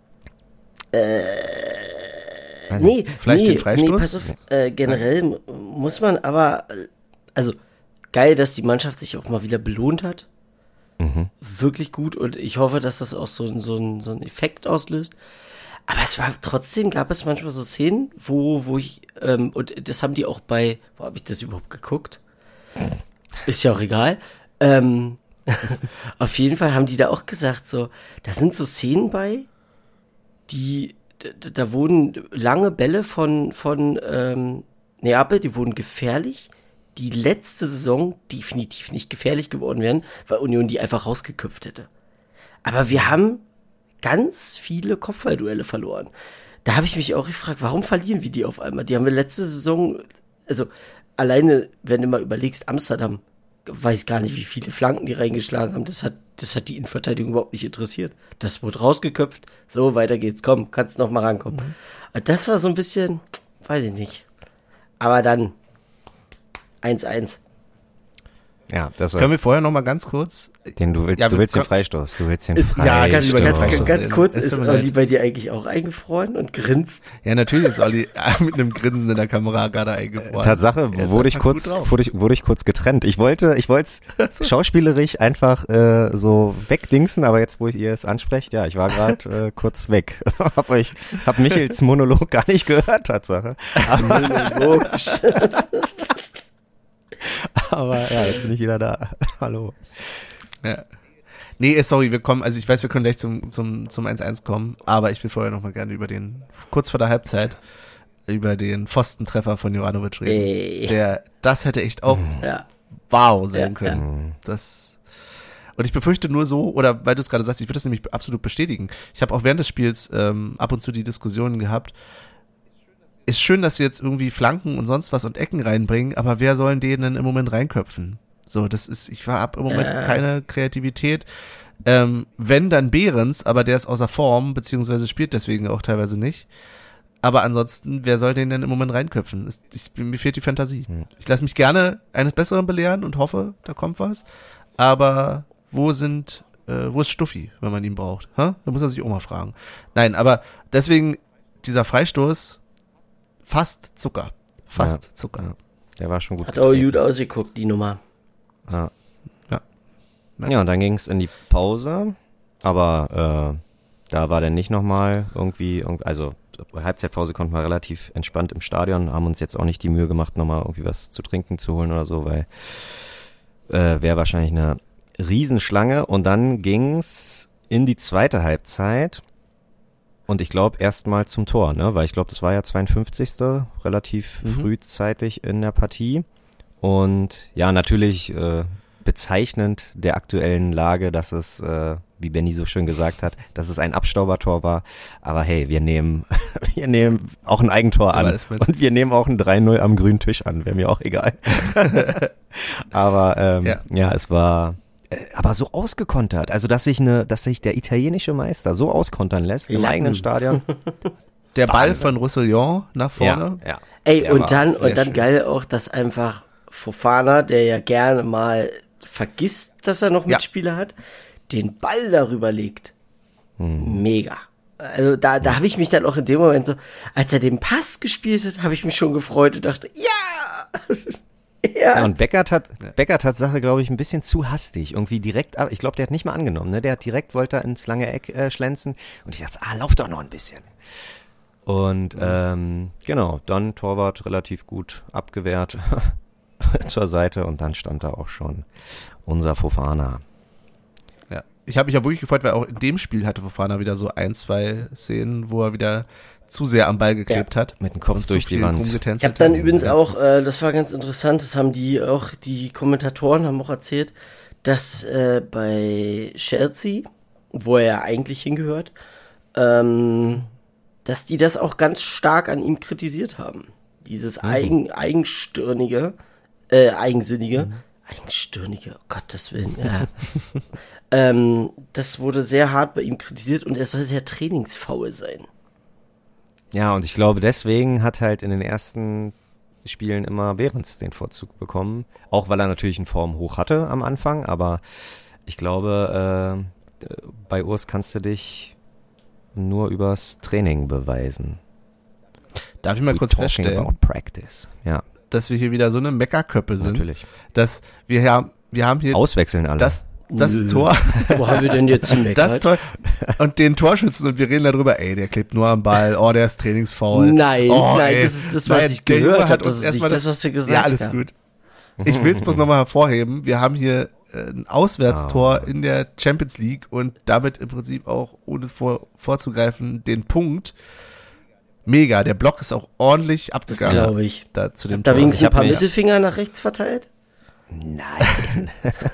Weiß Nee, Vielleicht nee, den Freistoß? Nee, pass auf, äh, generell m- muss man aber, äh, also geil, dass die Mannschaft sich auch mal wieder belohnt hat. Mhm. Wirklich gut und ich hoffe, dass das auch so, ein- so, ein, so einen Effekt auslöst. Aber es war trotzdem, gab es manchmal so Szenen, wo, wo ich, ähm, und das haben die auch bei, wo habe ich das überhaupt geguckt? Ist ja auch egal. Ähm, auf jeden Fall haben die da auch gesagt, so, da sind so Szenen bei, die, da, da wurden lange Bälle von, von ähm, Neapel, die wurden gefährlich, die letzte Saison definitiv nicht gefährlich geworden wären, weil Union die einfach rausgeköpft hätte. Aber wir haben ganz viele Kopfballduelle verloren. Da habe ich mich auch gefragt, warum verlieren wir die auf einmal? Die haben wir letzte Saison, also alleine, wenn du mal überlegst, Amsterdam, weiß gar nicht, wie viele Flanken die reingeschlagen haben. Das hat, das hat die Innenverteidigung überhaupt nicht interessiert. Das wurde rausgeköpft. So, weiter geht's. Komm, kannst noch mal rankommen. Und das war so ein bisschen, weiß ich nicht. Aber dann eins eins. Ja, das war Können wir vorher noch mal ganz kurz, den du willst, Ja, du wir willst den können- Freistoß, du willst den Ist, ja, Freistoß. ganz, lieber den ganz, Freistoß ganz lesen. kurz, Es ist tut mir Olli leid. bei dir eigentlich auch eingefroren und grinst? ja natürlich ist Olli mit einem Grinsen in der Kamera gerade eingefroren. Tatsache, Er ist wurde ich einfach kurz, gut drauf. wurde ich, wurde ich kurz getrennt. Ich wollte, ich wollte es schauspielerisch einfach äh, so wegdingsen, aber jetzt, wo ich ihr es ansprecht, ja, ich war gerade äh, kurz weg. hab euch, hab Michels Monolog gar nicht gehört, Tatsache. Logisch. Aber ja, jetzt bin ich wieder da. Hallo. Ja. Nee, äh, sorry, wir kommen, also ich weiß, wir können gleich zum, zum, zum eins eins kommen, aber ich will vorher noch mal gerne über den, kurz vor der Halbzeit, über den Pfostentreffer von Jovanovic reden. Ey. Der, das hätte echt auch Ja. wow sein Ja, können. Das, und ich befürchte nur so, oder weil du es gerade sagst, ich würde das nämlich absolut bestätigen. Ich habe auch während des Spiels ähm, ab und zu die Diskussionen gehabt, ist schön, dass sie jetzt irgendwie Flanken und sonst was und Ecken reinbringen, aber wer sollen denen denn im Moment reinköpfen? So, das ist, ich habe im Moment Ja. keine Kreativität. Ähm, wenn, dann Behrens, aber der ist außer Form, beziehungsweise spielt deswegen auch teilweise nicht. Aber ansonsten, wer soll den denn im Moment reinköpfen? Ist, ich, mir fehlt die Fantasie. Hm. Ich lasse mich gerne eines Besseren belehren und hoffe, da kommt was. Aber wo sind, äh, wo ist Stuffi, wenn man ihn braucht? Hä? Da muss er sich auch mal fragen. Nein, aber deswegen dieser Freistoß, fast Zucker. Fast Ja. Zucker. Ja. Der war schon gut. Hat auch getreten. gut ausgeguckt, die Nummer. Ja. Ja. Ja, und dann ging es in die Pause, aber äh, da war dann nicht nochmal irgendwie, irgend- also Halbzeitpause konnten wir relativ entspannt im Stadion, haben uns jetzt auch nicht die Mühe gemacht, nochmal irgendwie was zu trinken zu holen oder so, weil äh, wäre wahrscheinlich eine Riesenschlange und dann ging's in die zweite Halbzeit und ich glaube erstmal zum Tor, ne? Weil ich glaube, das war ja zweiundfünfzigste relativ mhm. frühzeitig in der Partie. Und ja, natürlich äh, bezeichnend der aktuellen Lage, dass es, äh, wie Benny so schön gesagt hat, dass es ein Abstaubertor war. Aber hey, wir nehmen wir nehmen auch ein Eigentor an und wir nehmen auch ein drei null am grünen Tisch an, wäre mir auch egal. Aber ähm, ja. ja, es war äh, aber so ausgekontert, also dass sich eine, dass sich der italienische Meister so auskontern lässt im Lappen. eigenen Stadion. Der Ball von Roussillon nach vorne. Ja, ja. Ey, Der und dann, und dann schön. geil auch, dass einfach Fofana, der ja gerne mal vergisst, dass er noch Ja. Mitspieler hat, den Ball darüber legt. Hm. Mega. Also da, da habe ich mich dann auch in dem Moment so, als er den Pass gespielt hat, habe ich mich schon gefreut und dachte, ja! ja. Ja, und Beckert hat, Beckert hat Sache, glaube ich, ein bisschen zu hastig. Irgendwie direkt, ab- ich glaube, der hat nicht mal angenommen, ne? Der hat direkt, wollte er ins lange Eck äh, schlänzen. Und ich dachte, ah, lauf doch noch ein bisschen. Und ähm, genau, dann Torwart relativ gut abgewehrt zur Seite und dann stand da auch schon unser Fofana. Ja. Ich habe mich ja wirklich gefreut, weil auch in dem Spiel hatte Fofana wieder so ein, zwei Szenen, wo er wieder zu sehr am Ball geklebt Ja. hat. Mit dem Kopf und zu durch die viel Wand. Ich rumgetänzelt habe dann hat. übrigens Ja. auch, äh, das war ganz interessant, das haben die auch, die Kommentatoren haben auch erzählt, dass äh, bei Chelsea, wo er ja eigentlich hingehört, ähm, dass die das auch ganz stark an ihm kritisiert haben. Dieses eigen, eigenstirnige, äh, eigensinnige, mhm. eigenstirnige, oh Gottes Willen, ja. ähm, das wurde sehr hart bei ihm kritisiert und er soll sehr trainingsfaul sein. Ja, und ich glaube, deswegen hat halt in den ersten Spielen immer Behrens den Vorzug bekommen. Auch weil er natürlich einen Form hoch hatte am Anfang, aber ich glaube, äh, bei Urs kannst du dich nur übers Training beweisen. Darf ich mal We kurz talking feststellen, about practice. Ja, dass wir hier wieder so eine Meckerköppe sind, natürlich. dass wir haben, wir haben hier Auswechseln alle. das, das Nö. Tor, Wo haben wir denn jetzt einen das Tor und den Torschützen und wir reden darüber, ey, der klebt nur am Ball, oh, der ist trainingsfaul. Nein, oh, nein, ey, das ist das, was nein, ich der gehört Junge habe. hat Das uns ist erstmal nicht das, was wir gesagt Ja, alles haben. gut. Ich will es bloß nochmal hervorheben. Wir haben hier äh, ein Auswärtstor Oh. in der Champions League und damit im Prinzip auch, ohne vor, vorzugreifen, den Punkt. Mega, der Block ist auch ordentlich Das abgegangen. glaube ich. Da, zu dem Da Tor. wenigstens Ich ein paar hab mich- Mittelfinger nach rechts verteilt? Nein.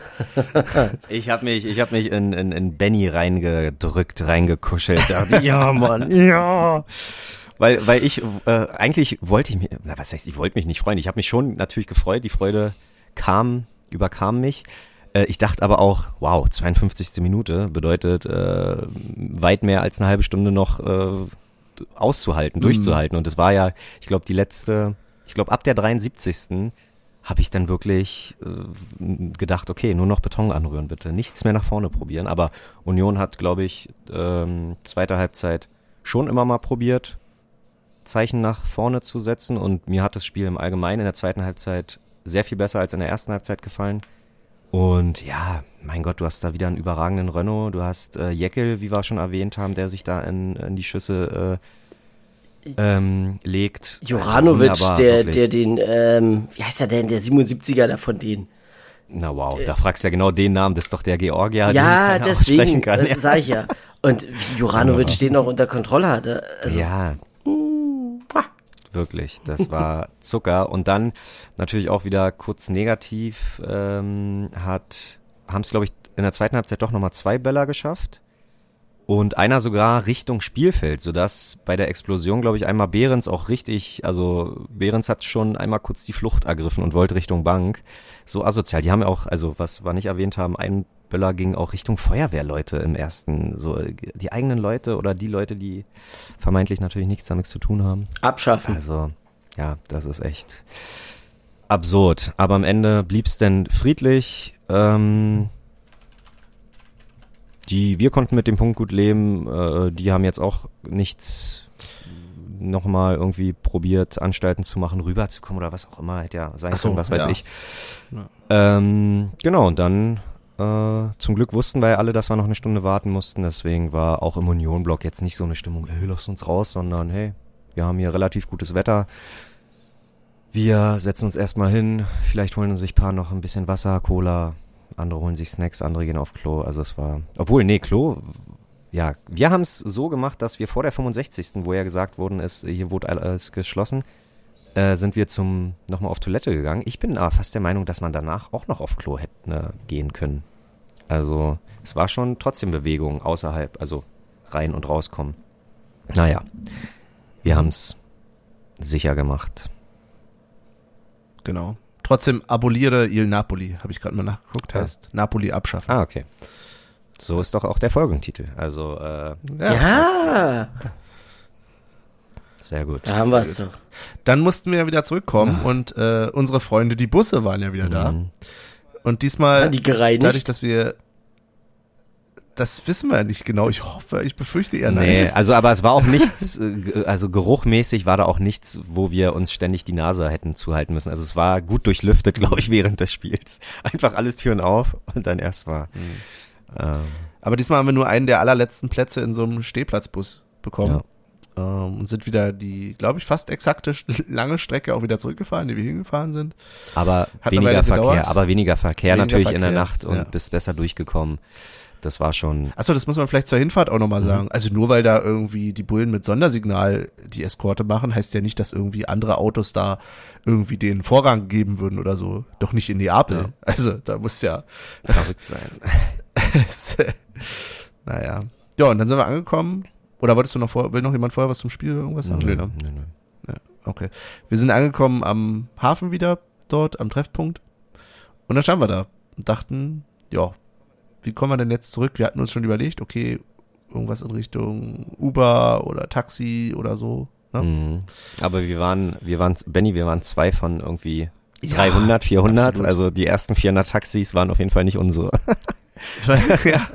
ich habe mich, ich hab mich in, in, in Benny reingedrückt, reingekuschelt. Dachte, ja, Mann, ja. Weil, weil ich, äh, eigentlich wollte ich mich, na was heißt, ich wollte mich nicht freuen. Ich habe mich schon natürlich gefreut. Die Freude kam, überkam mich. Äh, ich dachte aber auch, wow, zweiundfünfzigste Minute bedeutet äh, weit mehr als eine halbe Stunde noch äh, auszuhalten, durchzuhalten. Und es war ja, ich glaube, die letzte, ich glaube, ab der dreiundsiebzigsten habe ich dann wirklich äh, gedacht, okay, nur noch Beton anrühren bitte, nichts mehr nach vorne probieren. Aber Union hat, glaube ich, ähm, zweite Halbzeit schon immer mal probiert, Zeichen nach vorne zu setzen. Und mir hat das Spiel im Allgemeinen in der zweiten Halbzeit sehr viel besser als in der ersten Halbzeit gefallen. Und ja, mein Gott, du hast da wieder einen überragenden Renault. Du hast äh, Jekyll, wie wir schon erwähnt haben, der sich da in, in die Schüsse äh, ähm, legt. Joranovic, Also wunderbar, der, wirklich. der den, ähm, wie heißt er denn, der siebenundsiebziger da von denen. Na wow, da fragst du ja genau den Namen, das ist doch der Georgier, Ja, den keiner deswegen, aussprechen kann. äh, sag ich ja. Und wie Joranovic den noch unter Kontrolle hatte. Also, Ja, muah. wirklich, das war Zucker. Und dann natürlich auch wieder kurz negativ, ähm, hat, haben es glaube ich in der zweiten Halbzeit doch nochmal zwei Böller geschafft. Und einer sogar Richtung Spielfeld, sodass bei der Explosion, glaube ich, einmal Behrens auch richtig, also Behrens hat schon einmal kurz die Flucht ergriffen und wollte Richtung Bank. So asozial. Die haben ja auch, also was wir nicht erwähnt haben, ein Böller ging auch Richtung Feuerwehrleute im ersten, so die eigenen Leute oder die Leute, die vermeintlich natürlich nichts damit zu tun haben. Abschaffen. Also, ja, das ist echt absurd. Aber am Ende blieb's denn friedlich. Ähm, die, wir konnten mit dem Punkt gut leben. Äh, die haben jetzt auch nichts nochmal irgendwie probiert, Anstalten zu machen, rüberzukommen oder was auch immer. Hätte ja sein Ach so, können, was weiß ja. ich. Ja. Ähm, genau, und dann äh, zum Glück wussten wir ja alle, dass wir noch eine Stunde warten mussten. Deswegen war auch im Union-Block jetzt nicht so eine Stimmung, hey, lasst uns raus, sondern hey, wir haben hier relativ gutes Wetter. Wir setzen uns erstmal hin, vielleicht holen uns sich ein paar noch ein bisschen Wasser, Cola, andere holen sich Snacks, andere gehen auf Klo. Also es war, obwohl, nee, Klo ja, wir haben es so gemacht, dass wir vor der fünfundsechzigsten, wo ja gesagt worden ist, hier wurde alles geschlossen, äh, sind wir zum nochmal auf Toilette gegangen. Ich bin aber fast der Meinung, dass man danach auch noch auf Klo hätte ne, gehen können. Also es war schon trotzdem Bewegung außerhalb, also rein und rauskommen. Naja, wir haben es sicher gemacht. Genau. Trotzdem aboliere il Napoli, habe ich gerade mal nachgeguckt, heißt ja. Napoli abschaffen. Ah, okay. So ist doch auch der Folgentitel. Also, äh, ja. ja. Sehr gut. Da haben wir es doch. Dann mussten wir ja wieder zurückkommen ah. und äh, unsere Freunde, die Busse, waren ja wieder mhm. da. Und diesmal, die gereinigt? dadurch, dass wir, das wissen wir nicht genau. Ich hoffe, ich befürchte eher nein. Nee, also aber es war auch nichts, also geruchmäßig war da auch nichts, wo wir uns ständig die Nase hätten zuhalten müssen. Also es war gut durchlüftet, glaube ich, während des Spiels. Einfach alles Türen auf und dann erst mal. Mhm. Ähm, aber diesmal haben wir nur einen der allerletzten Plätze in so einem Stehplatzbus bekommen. Ja. Ähm, und sind wieder die, glaube ich, fast exakte lange Strecke auch wieder zurückgefahren, die wir hingefahren sind. Aber Hat weniger Verkehr, gedauert. aber weniger Verkehr Weniger natürlich Verkehr, in der Nacht und ja. bist besser durchgekommen. Das war schon. Achso, das muss man vielleicht zur Hinfahrt auch nochmal sagen. Also nur weil da irgendwie die Bullen mit Sondersignal die Eskorte machen, heißt ja nicht, dass irgendwie andere Autos da irgendwie den Vorrang geben würden oder so. Doch nicht in Neapel. Ja. Also da muss ja verrückt sein. Naja. Ja, und dann sind wir angekommen. Oder wolltest du noch vor, will noch jemand vorher was zum Spiel oder irgendwas sagen? Nö, ne? nö, nö. Ja, okay. Wir sind angekommen am Hafen wieder, dort am Treffpunkt. Und dann standen wir da und dachten, ja, wie kommen wir denn jetzt zurück? Wir hatten uns schon überlegt, okay, irgendwas in Richtung Uber oder Taxi oder so. Ne? Mhm. Aber wir waren, wir waren, Benny, wir waren zwei von irgendwie Ja, dreihundert, vierhundert. absolut. Also die ersten vierhundert Taxis waren auf jeden Fall nicht unsere. Ja.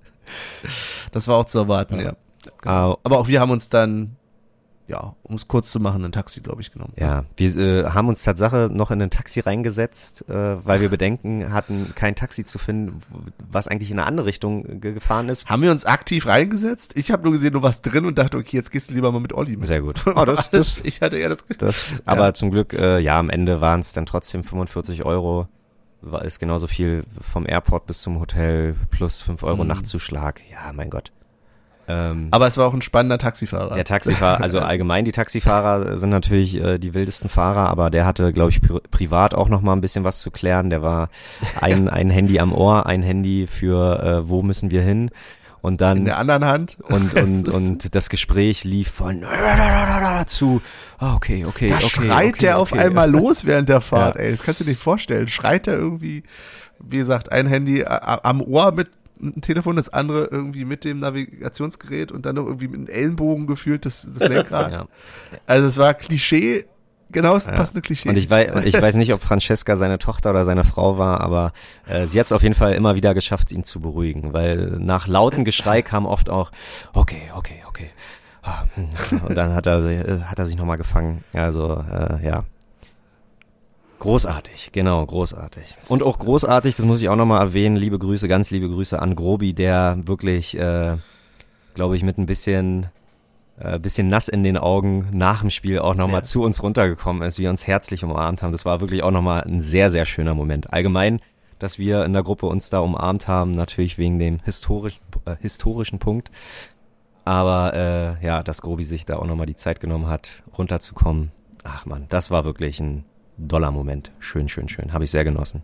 Das war auch zu erwarten, ja. Ja. Genau. Ah. Aber auch wir haben uns dann, ja, um es kurz zu machen, ein Taxi, glaube ich, genommen. Ja, wir äh, haben uns Tatsache noch in ein Taxi reingesetzt, äh, weil wir Bedenken hatten, kein Taxi zu finden, was eigentlich in eine andere Richtung ge- gefahren ist. Haben wir uns aktiv reingesetzt? Ich habe nur gesehen, du warst drin und dachte, okay, jetzt gehst du lieber mal mit Olli mit. Sehr gut. Oh, das, das, ich hatte eher das, das aber zum Glück, äh, ja, am Ende waren es dann trotzdem fünfundvierzig Euro. War ist genauso viel vom Airport bis zum Hotel plus fünf Euro Mhm. Nachtzuschlag. Ja, mein Gott. Ähm, aber es war auch ein spannender Taxifahrer. Der Taxifahrer, also allgemein die Taxifahrer sind natürlich äh, die wildesten Fahrer, aber der hatte, glaube ich, pri- privat auch noch mal ein bisschen was zu klären. Der war ein ein Handy am Ohr, ein Handy für äh, wo müssen wir hin und dann in der anderen Hand und und und das Gespräch lief von zu oh, okay, okay, da okay. schreit okay, der auf okay. einmal los während der Fahrt, Ja. ey, das kannst du dir nicht vorstellen. Schreit er irgendwie, wie gesagt, ein Handy a- am Ohr mit ein Telefon, das andere irgendwie mit dem Navigationsgerät und dann noch irgendwie mit einem Ellenbogen gefühlt das, das Lenkrad. Ja. Also es war Klischee, genau das Ja. passende Klischee. Und ich weiß, ich weiß nicht, ob Francesca seine Tochter oder seine Frau war, aber äh, sie hat es auf jeden Fall immer wieder geschafft, ihn zu beruhigen, weil nach lautem Geschrei kam oft auch, okay, okay, okay. Ah, hm. Und dann hat er, äh, hat er sich nochmal gefangen. Also, äh, ja. Großartig, genau, großartig. Und auch großartig, das muss ich auch nochmal erwähnen, liebe Grüße, ganz liebe Grüße an Grobi, der wirklich, äh, glaube ich, mit ein bisschen äh, bisschen nass in den Augen nach dem Spiel auch nochmal Ja. zu uns runtergekommen ist, wir uns herzlich umarmt haben. Das war wirklich auch nochmal ein sehr, sehr schöner Moment. Allgemein, dass wir in der Gruppe uns da umarmt haben, natürlich wegen dem historischen, äh, historischen Punkt. Aber äh, ja, dass Grobi sich da auch nochmal die Zeit genommen hat, runterzukommen. Ach man, das war wirklich ein doller Moment. Schön, schön, schön. Habe ich sehr genossen.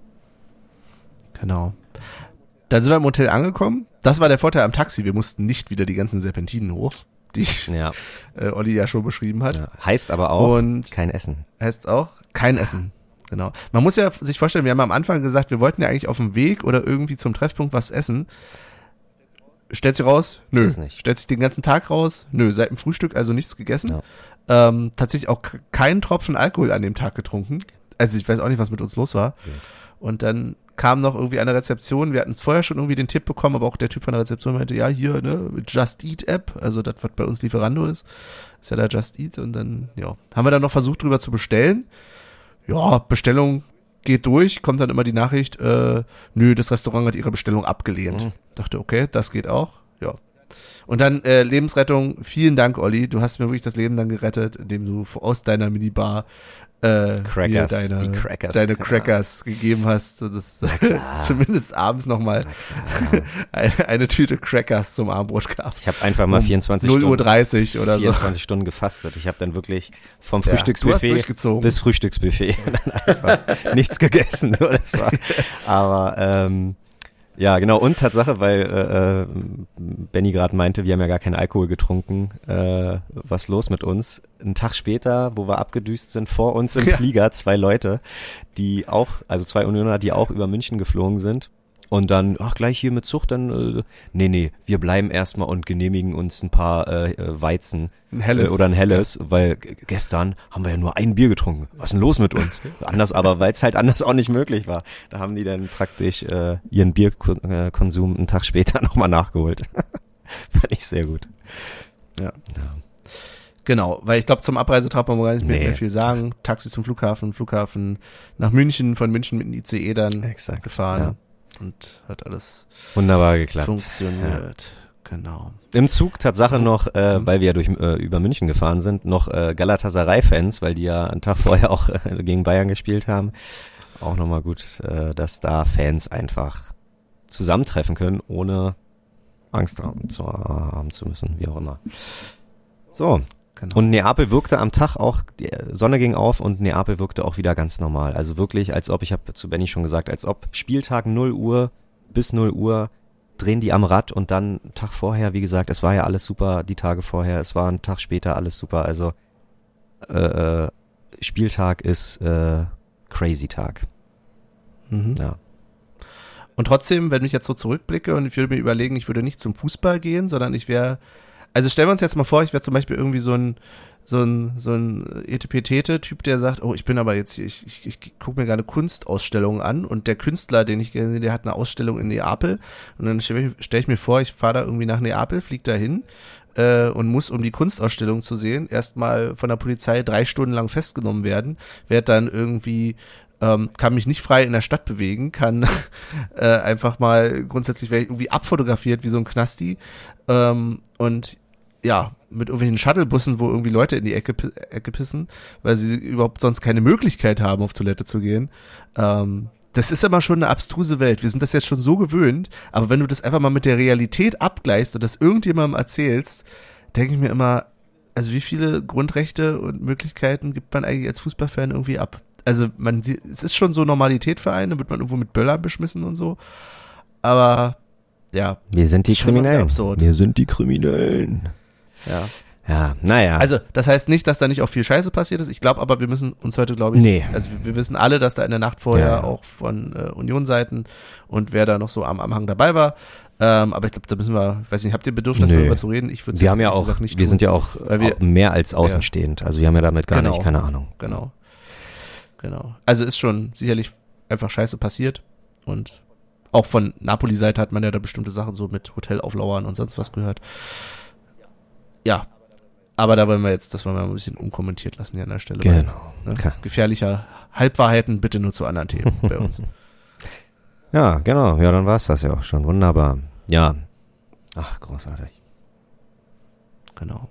Genau. Dann sind wir im Hotel angekommen. Das war der Vorteil am Taxi. Wir mussten nicht wieder die ganzen Serpentinen hoch, die Ja. äh, Olli ja schon beschrieben hat. ja. Heißt aber auch Und kein Essen. heißt auch kein Essen. Genau. Man muss ja sich vorstellen, wir haben am Anfang gesagt, wir wollten ja eigentlich auf dem Weg oder irgendwie zum Treffpunkt was essen. Stellt sich raus? Nö. Ist nicht. Stellt sich den ganzen Tag raus? Nö. Seit dem Frühstück also nichts gegessen. Ja. Ähm, tatsächlich auch k- keinen Tropfen Alkohol an dem Tag getrunken. Also ich weiß auch nicht, was mit uns los war. Wild. Und dann kam noch irgendwie an der Rezeption, wir hatten vorher schon irgendwie den Tipp bekommen, aber auch der Typ von der Rezeption meinte, ja, hier, ne, Just Eat App, also das, was bei uns Lieferando ist, ist ja da Just Eat. Und dann, ja, haben wir dann noch versucht, drüber zu bestellen. Ja, Bestellung geht durch, kommt dann immer die Nachricht, äh, nö, das Restaurant hat ihre Bestellung abgelehnt. Mhm. Dachte, okay, das geht auch, ja. Und dann äh, Lebensrettung, vielen Dank, Olli. Du hast mir wirklich das Leben dann gerettet, indem du aus deiner Minibar äh, Crackers, mir deine, die Crackers, deine klar. Crackers gegeben hast, sodass zumindest abends nochmal eine, eine Tüte Crackers zum Abendbrot gab. Ich habe einfach mal um vierundzwanzig null Uhr Stunden, dreißig oder so. vierundzwanzig Stunden gefastet. Ich habe dann wirklich vom Ja, du hast Frühstücksbuffet durchgezogen. bis Frühstücksbuffet dann einfach nichts gegessen. So, das war. Aber ähm, ja, genau. Und Tatsache, weil äh, äh, Benny gerade meinte, wir haben ja gar keinen Alkohol getrunken. Äh, was los mit uns? Einen Tag später, wo wir abgedüst sind, vor uns im Ja. Flieger zwei Leute, die auch, also zwei Unioner, die auch über München geflogen sind. Und dann, ach, gleich hier mit Zucht, dann, äh, nee, nee, wir bleiben erstmal und genehmigen uns ein paar äh, Weizen Ein helles. äh, oder ein helles, weil g- gestern haben wir ja nur ein Bier getrunken. Was ist denn los mit uns? Anders, aber weil es halt anders auch nicht möglich war. Da haben die dann praktisch äh, ihren Bierkonsum einen Tag später nochmal nachgeholt. Fand ich sehr gut. Ja. Ja. Genau, weil ich glaube, zum Abreisetrag brauchen wir gar nicht mehr, Nee. mehr viel sagen. Taxi zum Flughafen, Flughafen nach München, von München mit dem I C E dann Exakt, gefahren. ja. Und hat alles Wunderbar geklappt. funktioniert. Genau. Im Zug Tatsache noch, äh, weil wir ja durch äh, über München gefahren sind, noch äh, Galatasaray-Fans, weil die ja einen Tag vorher auch äh, gegen Bayern gespielt haben. Auch nochmal gut, äh, dass da Fans einfach zusammentreffen können, ohne Angst haben zu, haben zu müssen, wie auch immer. So, Genau. und Neapel wirkte am Tag auch, die Sonne ging auf und Neapel wirkte auch wieder ganz normal. Also wirklich, als ob, ich habe zu Benny schon gesagt, als ob Spieltag null Uhr bis null Uhr drehen die am Rad und dann Tag vorher, wie gesagt, es war ja alles super, die Tage vorher, es war ein Tag später alles super. Also äh, äh, Spieltag ist äh, crazy Tag. Mhm. Ja. Und trotzdem, wenn ich jetzt so zurückblicke und ich würde mir überlegen, ich würde nicht zum Fußball gehen, sondern ich wäre, also stellen wir uns jetzt mal vor, ich wäre zum Beispiel irgendwie so ein, so ein, so ein Etepetete-Typ, der sagt, oh, ich bin aber jetzt hier, ich, ich, ich gucke mir gerade Kunstausstellungen an und der Künstler, den ich gesehen, der hat eine Ausstellung in Neapel und dann stelle ich, stell ich mir vor, ich fahre da irgendwie nach Neapel, fliege da hin äh, und muss, um die Kunstausstellung zu sehen, erstmal von der Polizei drei Stunden lang festgenommen werden, werde dann irgendwie Ähm, kann mich nicht frei in der Stadt bewegen, kann äh, einfach mal grundsätzlich werde ich irgendwie abfotografiert wie so ein Knasti ähm, und ja, mit irgendwelchen Shuttlebussen, wo irgendwie Leute in die Ecke, Ecke pissen, weil sie überhaupt sonst keine Möglichkeit haben, auf Toilette zu gehen. Ähm, das ist immer schon eine abstruse Welt. Wir sind das jetzt schon so gewöhnt, aber wenn du das einfach mal mit der Realität abgleichst und das irgendjemandem erzählst, denke ich mir immer, also wie viele Grundrechte und Möglichkeiten gibt man eigentlich als Fußballfan irgendwie ab? Also man sieht, es ist schon so Normalität für einen, da wird man irgendwo mit Böllern beschmissen und so. Aber ja. Wir sind die Schon irgendwie Kriminellen. absurd. Wir sind die Kriminellen. Ja. Ja, naja. Also das heißt nicht, dass da nicht auch viel Scheiße passiert ist. Ich glaube aber, wir müssen uns heute, glaube ich, Nee. also wir, wir wissen alle, dass da in der Nacht vorher Ja. auch von äh, Union-Seiten und wer da noch so am Anhang dabei war. Ähm, aber ich glaube, da müssen wir, weiß nicht, habt ihr Bedürfnis Nö. darüber zu reden? Ich würde wir haben ja ehrlich auch, gesagt nicht wir tun. sind ja auch, Weil wir- auch mehr als außenstehend. Also wir haben ja damit gar Genau. nicht, keine Ahnung. Genau. Genau. Also ist schon sicherlich einfach Scheiße passiert und auch von Napoli-Seite hat man ja da bestimmte Sachen so mit Hotelauflauern und sonst was gehört. Ja. Aber da wollen wir jetzt, das wollen wir mal ein bisschen unkommentiert lassen hier an der Stelle. Genau. Weil, ne, Okay. gefährlicher Halbwahrheiten bitte nur zu anderen Themen bei uns. Ja, genau. Ja, dann war's das ja auch schon. Wunderbar. Ja. Ach, großartig. Genau.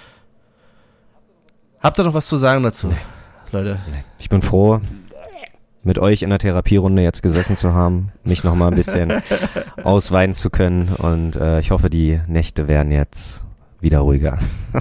Habt ihr noch was zu sagen dazu, Leute? Nee. Ich bin froh, mit euch in der Therapierunde jetzt gesessen zu haben, mich noch mal ein bisschen ausweinen zu können und äh, ich hoffe, die Nächte werden jetzt wieder ruhiger.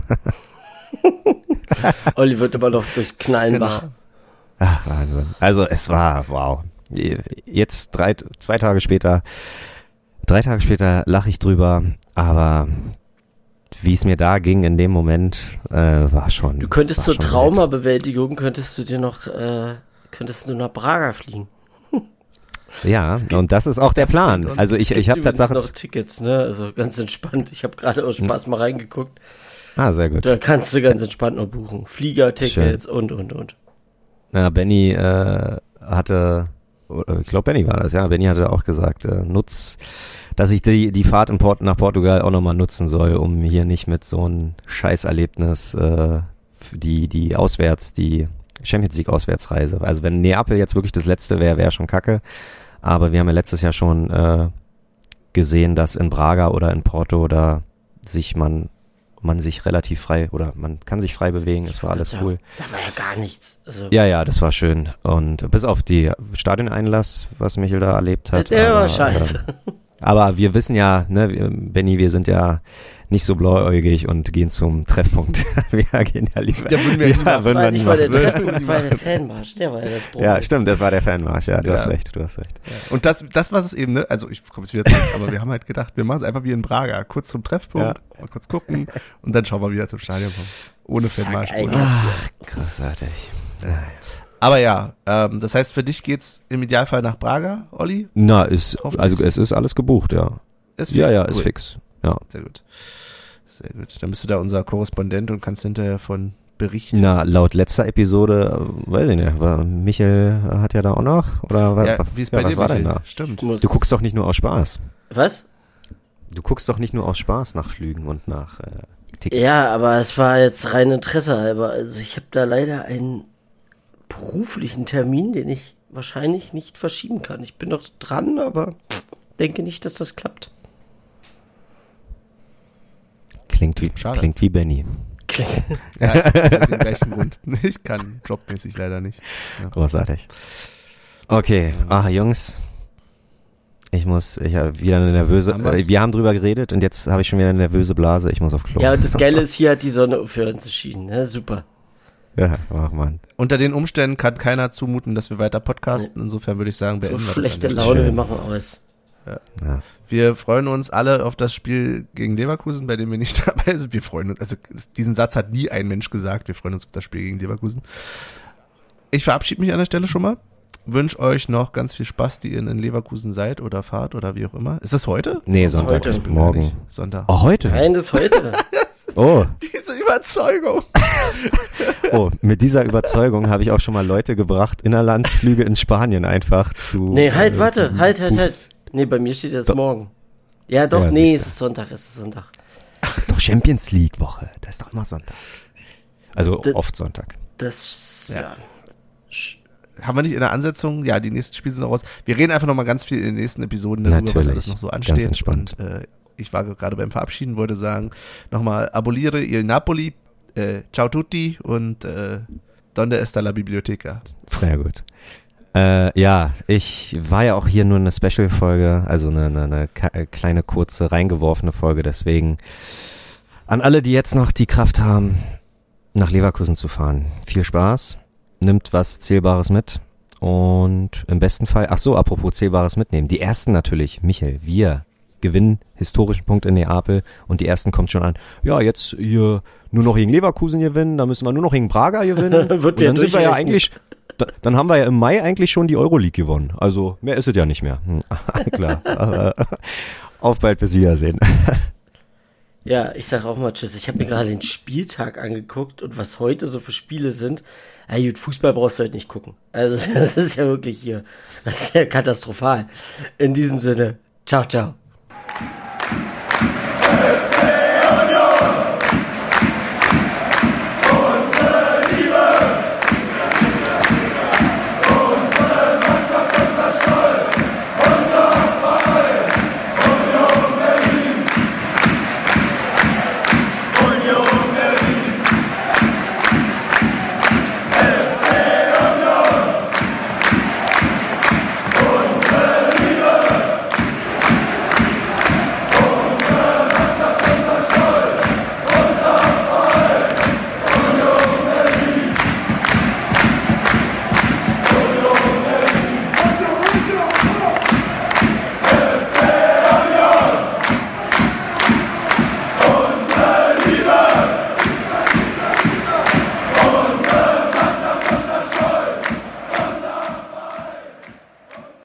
Olli wird immer noch durch Knallen wach. Ach, Wahnsinn. Also es war, wow. Jetzt drei, zwei Tage später, drei Tage später lache ich drüber, aber wie es mir da ging in dem Moment, äh, war schon. Du könntest war zur schon wild. Traumabewältigung, könntest du dir noch, äh, könntest du nach Braga fliegen. Ja, und das ist auch der Plan. bringt uns- Also ich, Es ich gibt habe übrigens tatsächlich. noch Tickets, ne? Also ganz entspannt. Ich habe gerade aus Spaß mal reingeguckt. Ah, sehr gut. Da kannst du ganz entspannt noch buchen. Fliegertickets und, und, und. Ja, Benny äh, hatte, ich glaube Benny war das, ja. Benny hatte auch gesagt, äh, nutz, dass ich die die Fahrt in Port nach Portugal auch nochmal nutzen soll, um hier nicht mit so einem Scheißerlebnis äh, die die auswärts die Champions League Auswärtsreise. Also wenn Neapel jetzt wirklich das letzte wäre, wäre schon kacke. Aber wir haben ja letztes Jahr schon äh, gesehen, dass in Braga oder in Porto da sich man man sich relativ frei oder man kann sich frei bewegen, es war alles sagen, cool. Da war ja gar nichts. Also, Ja, ja, das war schön. Und bis auf die Stadioneinlass, was Michel da erlebt hat. der aber, war scheiße. Äh, aber wir wissen ja, ne, wir- Benny, wir sind ja nicht so blauäugig und gehen zum Treffpunkt. Wir gehen ja lieber. Ja, würden wir ja, nie machen. Das würden war wir nicht nie mal der machen. Treffpunkt, das war der Fanmarsch. Der war ja das Problem. Ja, stimmt, das war der Fanmarsch. Ja, du Ja. hast recht, du hast recht. Und das, das war es eben, ne? Also ich komme jetzt wieder zurück, aber wir haben halt gedacht, wir machen es einfach wie in Braga. Kurz zum Treffpunkt, mal kurz gucken und dann schauen wir wieder zum Stadion kommen. Ohne Zack, Fanmarsch. ein- ohne- Ach, großartig. Naja. Aber ja, ähm, das heißt, für dich geht's im Idealfall nach Braga, Olli? Na, ist, Hoffentlich. also es ist alles gebucht, ja. Ist Ja, fix? ja, Cool. ist fix. Ja. Sehr gut. Sehr gut. Dann bist du da unser Korrespondent und kannst hinterher von berichten. Na, laut letzter Episode, äh, weiß ich nicht, war, Michel hat ja da auch noch, oder wa- Ja, wa- wie ist ja, bei was dir, war denn Michael? da? Stimmt. Muss- Du guckst doch nicht nur aus Spaß. Was? Du guckst doch nicht nur aus Spaß nach Flügen und nach äh, Tickets. Ja, aber es war jetzt rein Interesse halber. Also ich habe da leider einen beruflichen Termin, den ich wahrscheinlich nicht verschieben kann. Ich bin noch dran, aber denke nicht, dass das klappt. Klingt wie, Schade. klingt wie Benny. Ja, aus dem gleichen Grund. Ich kann jobmäßig leider nicht. Ja. Großartig. Okay, ah, Jungs. Ich muss, ich habe wieder eine nervöse, Haben wir's? äh, wir haben drüber geredet und jetzt habe ich schon wieder eine nervöse Blase. Ich muss auf Klo. Ja, und das Geile ist, hier hat die Sonne aufhören zu schienen. Ne? Super. Ja, ach man. Unter den Umständen kann keiner zumuten, dass wir weiter podcasten. Insofern würde ich sagen, So beenden wir das schlechte an der Laune, Schön. wir machen aus. Ja. Wir freuen uns alle auf das Spiel gegen Leverkusen, bei dem wir nicht dabei sind. Wir freuen uns, also diesen Satz hat nie ein Mensch gesagt. Wir freuen uns auf das Spiel gegen Leverkusen. Ich verabschiede mich an der Stelle schon mal. Wünsche euch noch ganz viel Spaß, die ihr in Leverkusen seid oder fahrt oder wie auch immer. Ist das heute? Nee, ist Sonntag, heute. Ich bin gar morgen. nicht. Sonntag. Oh, heute? Nein, das heute. Oh, Diese Überzeugung. oh, mit dieser Überzeugung habe ich auch schon mal Leute gebracht, Innerlandsflüge in Spanien einfach zu. Nee, halt, äh, warte, halt, halt, halt. Nee, bei mir steht jetzt Doch. morgen. Ja, doch, Ja, nee, siehste. es ist Sonntag, es ist Sonntag. Ist doch Champions League Woche. Das ist doch immer Sonntag. Also Das- oft Sonntag. Das, Ja. ja. Sch- Haben wir nicht in der Ansetzung? Ja, die nächsten Spiele sind noch raus. Wir reden einfach noch mal ganz viel in den nächsten Episoden darüber, was Natürlich. alles noch so Ganz ansteht. entspannt. Und äh, ich war gerade beim Verabschieden, wollte sagen, nochmal aboliere il Napoli, äh, ciao tutti und äh, donde está la biblioteca? Sehr gut. Äh, ja, ich war ja auch hier nur eine Special-Folge, also eine, eine, eine ka- äh, kleine, kurze, reingeworfene Folge. Deswegen an alle, die jetzt noch die Kraft haben, nach Leverkusen zu fahren. Viel Spaß, nimmt was Zählbares mit und im besten Fall, ach so, apropos Zählbares mitnehmen, die ersten natürlich, Michael, wir gewinnen historischen Punkt in Neapel und die ersten kommt schon an, ja, jetzt hier nur noch gegen Leverkusen gewinnen, dann müssen wir nur noch gegen Braga gewinnen. Wird Und wieder dann sind wir ja durchrechnen. eigentlich, da, dann haben wir ja im Mai eigentlich schon die Euroleague gewonnen. Also mehr ist es ja nicht mehr. Hm, klar. Aber, auf bald, bis Wiedersehen. Ja, ich sag auch mal Tschüss. Ich habe mir gerade den Spieltag angeguckt und was heute so für Spiele sind. Ja, gut, Fußball brauchst du heute nicht gucken. Also das ist ja wirklich hier, das ist ja katastrophal. In diesem Sinne, ciao, ciao.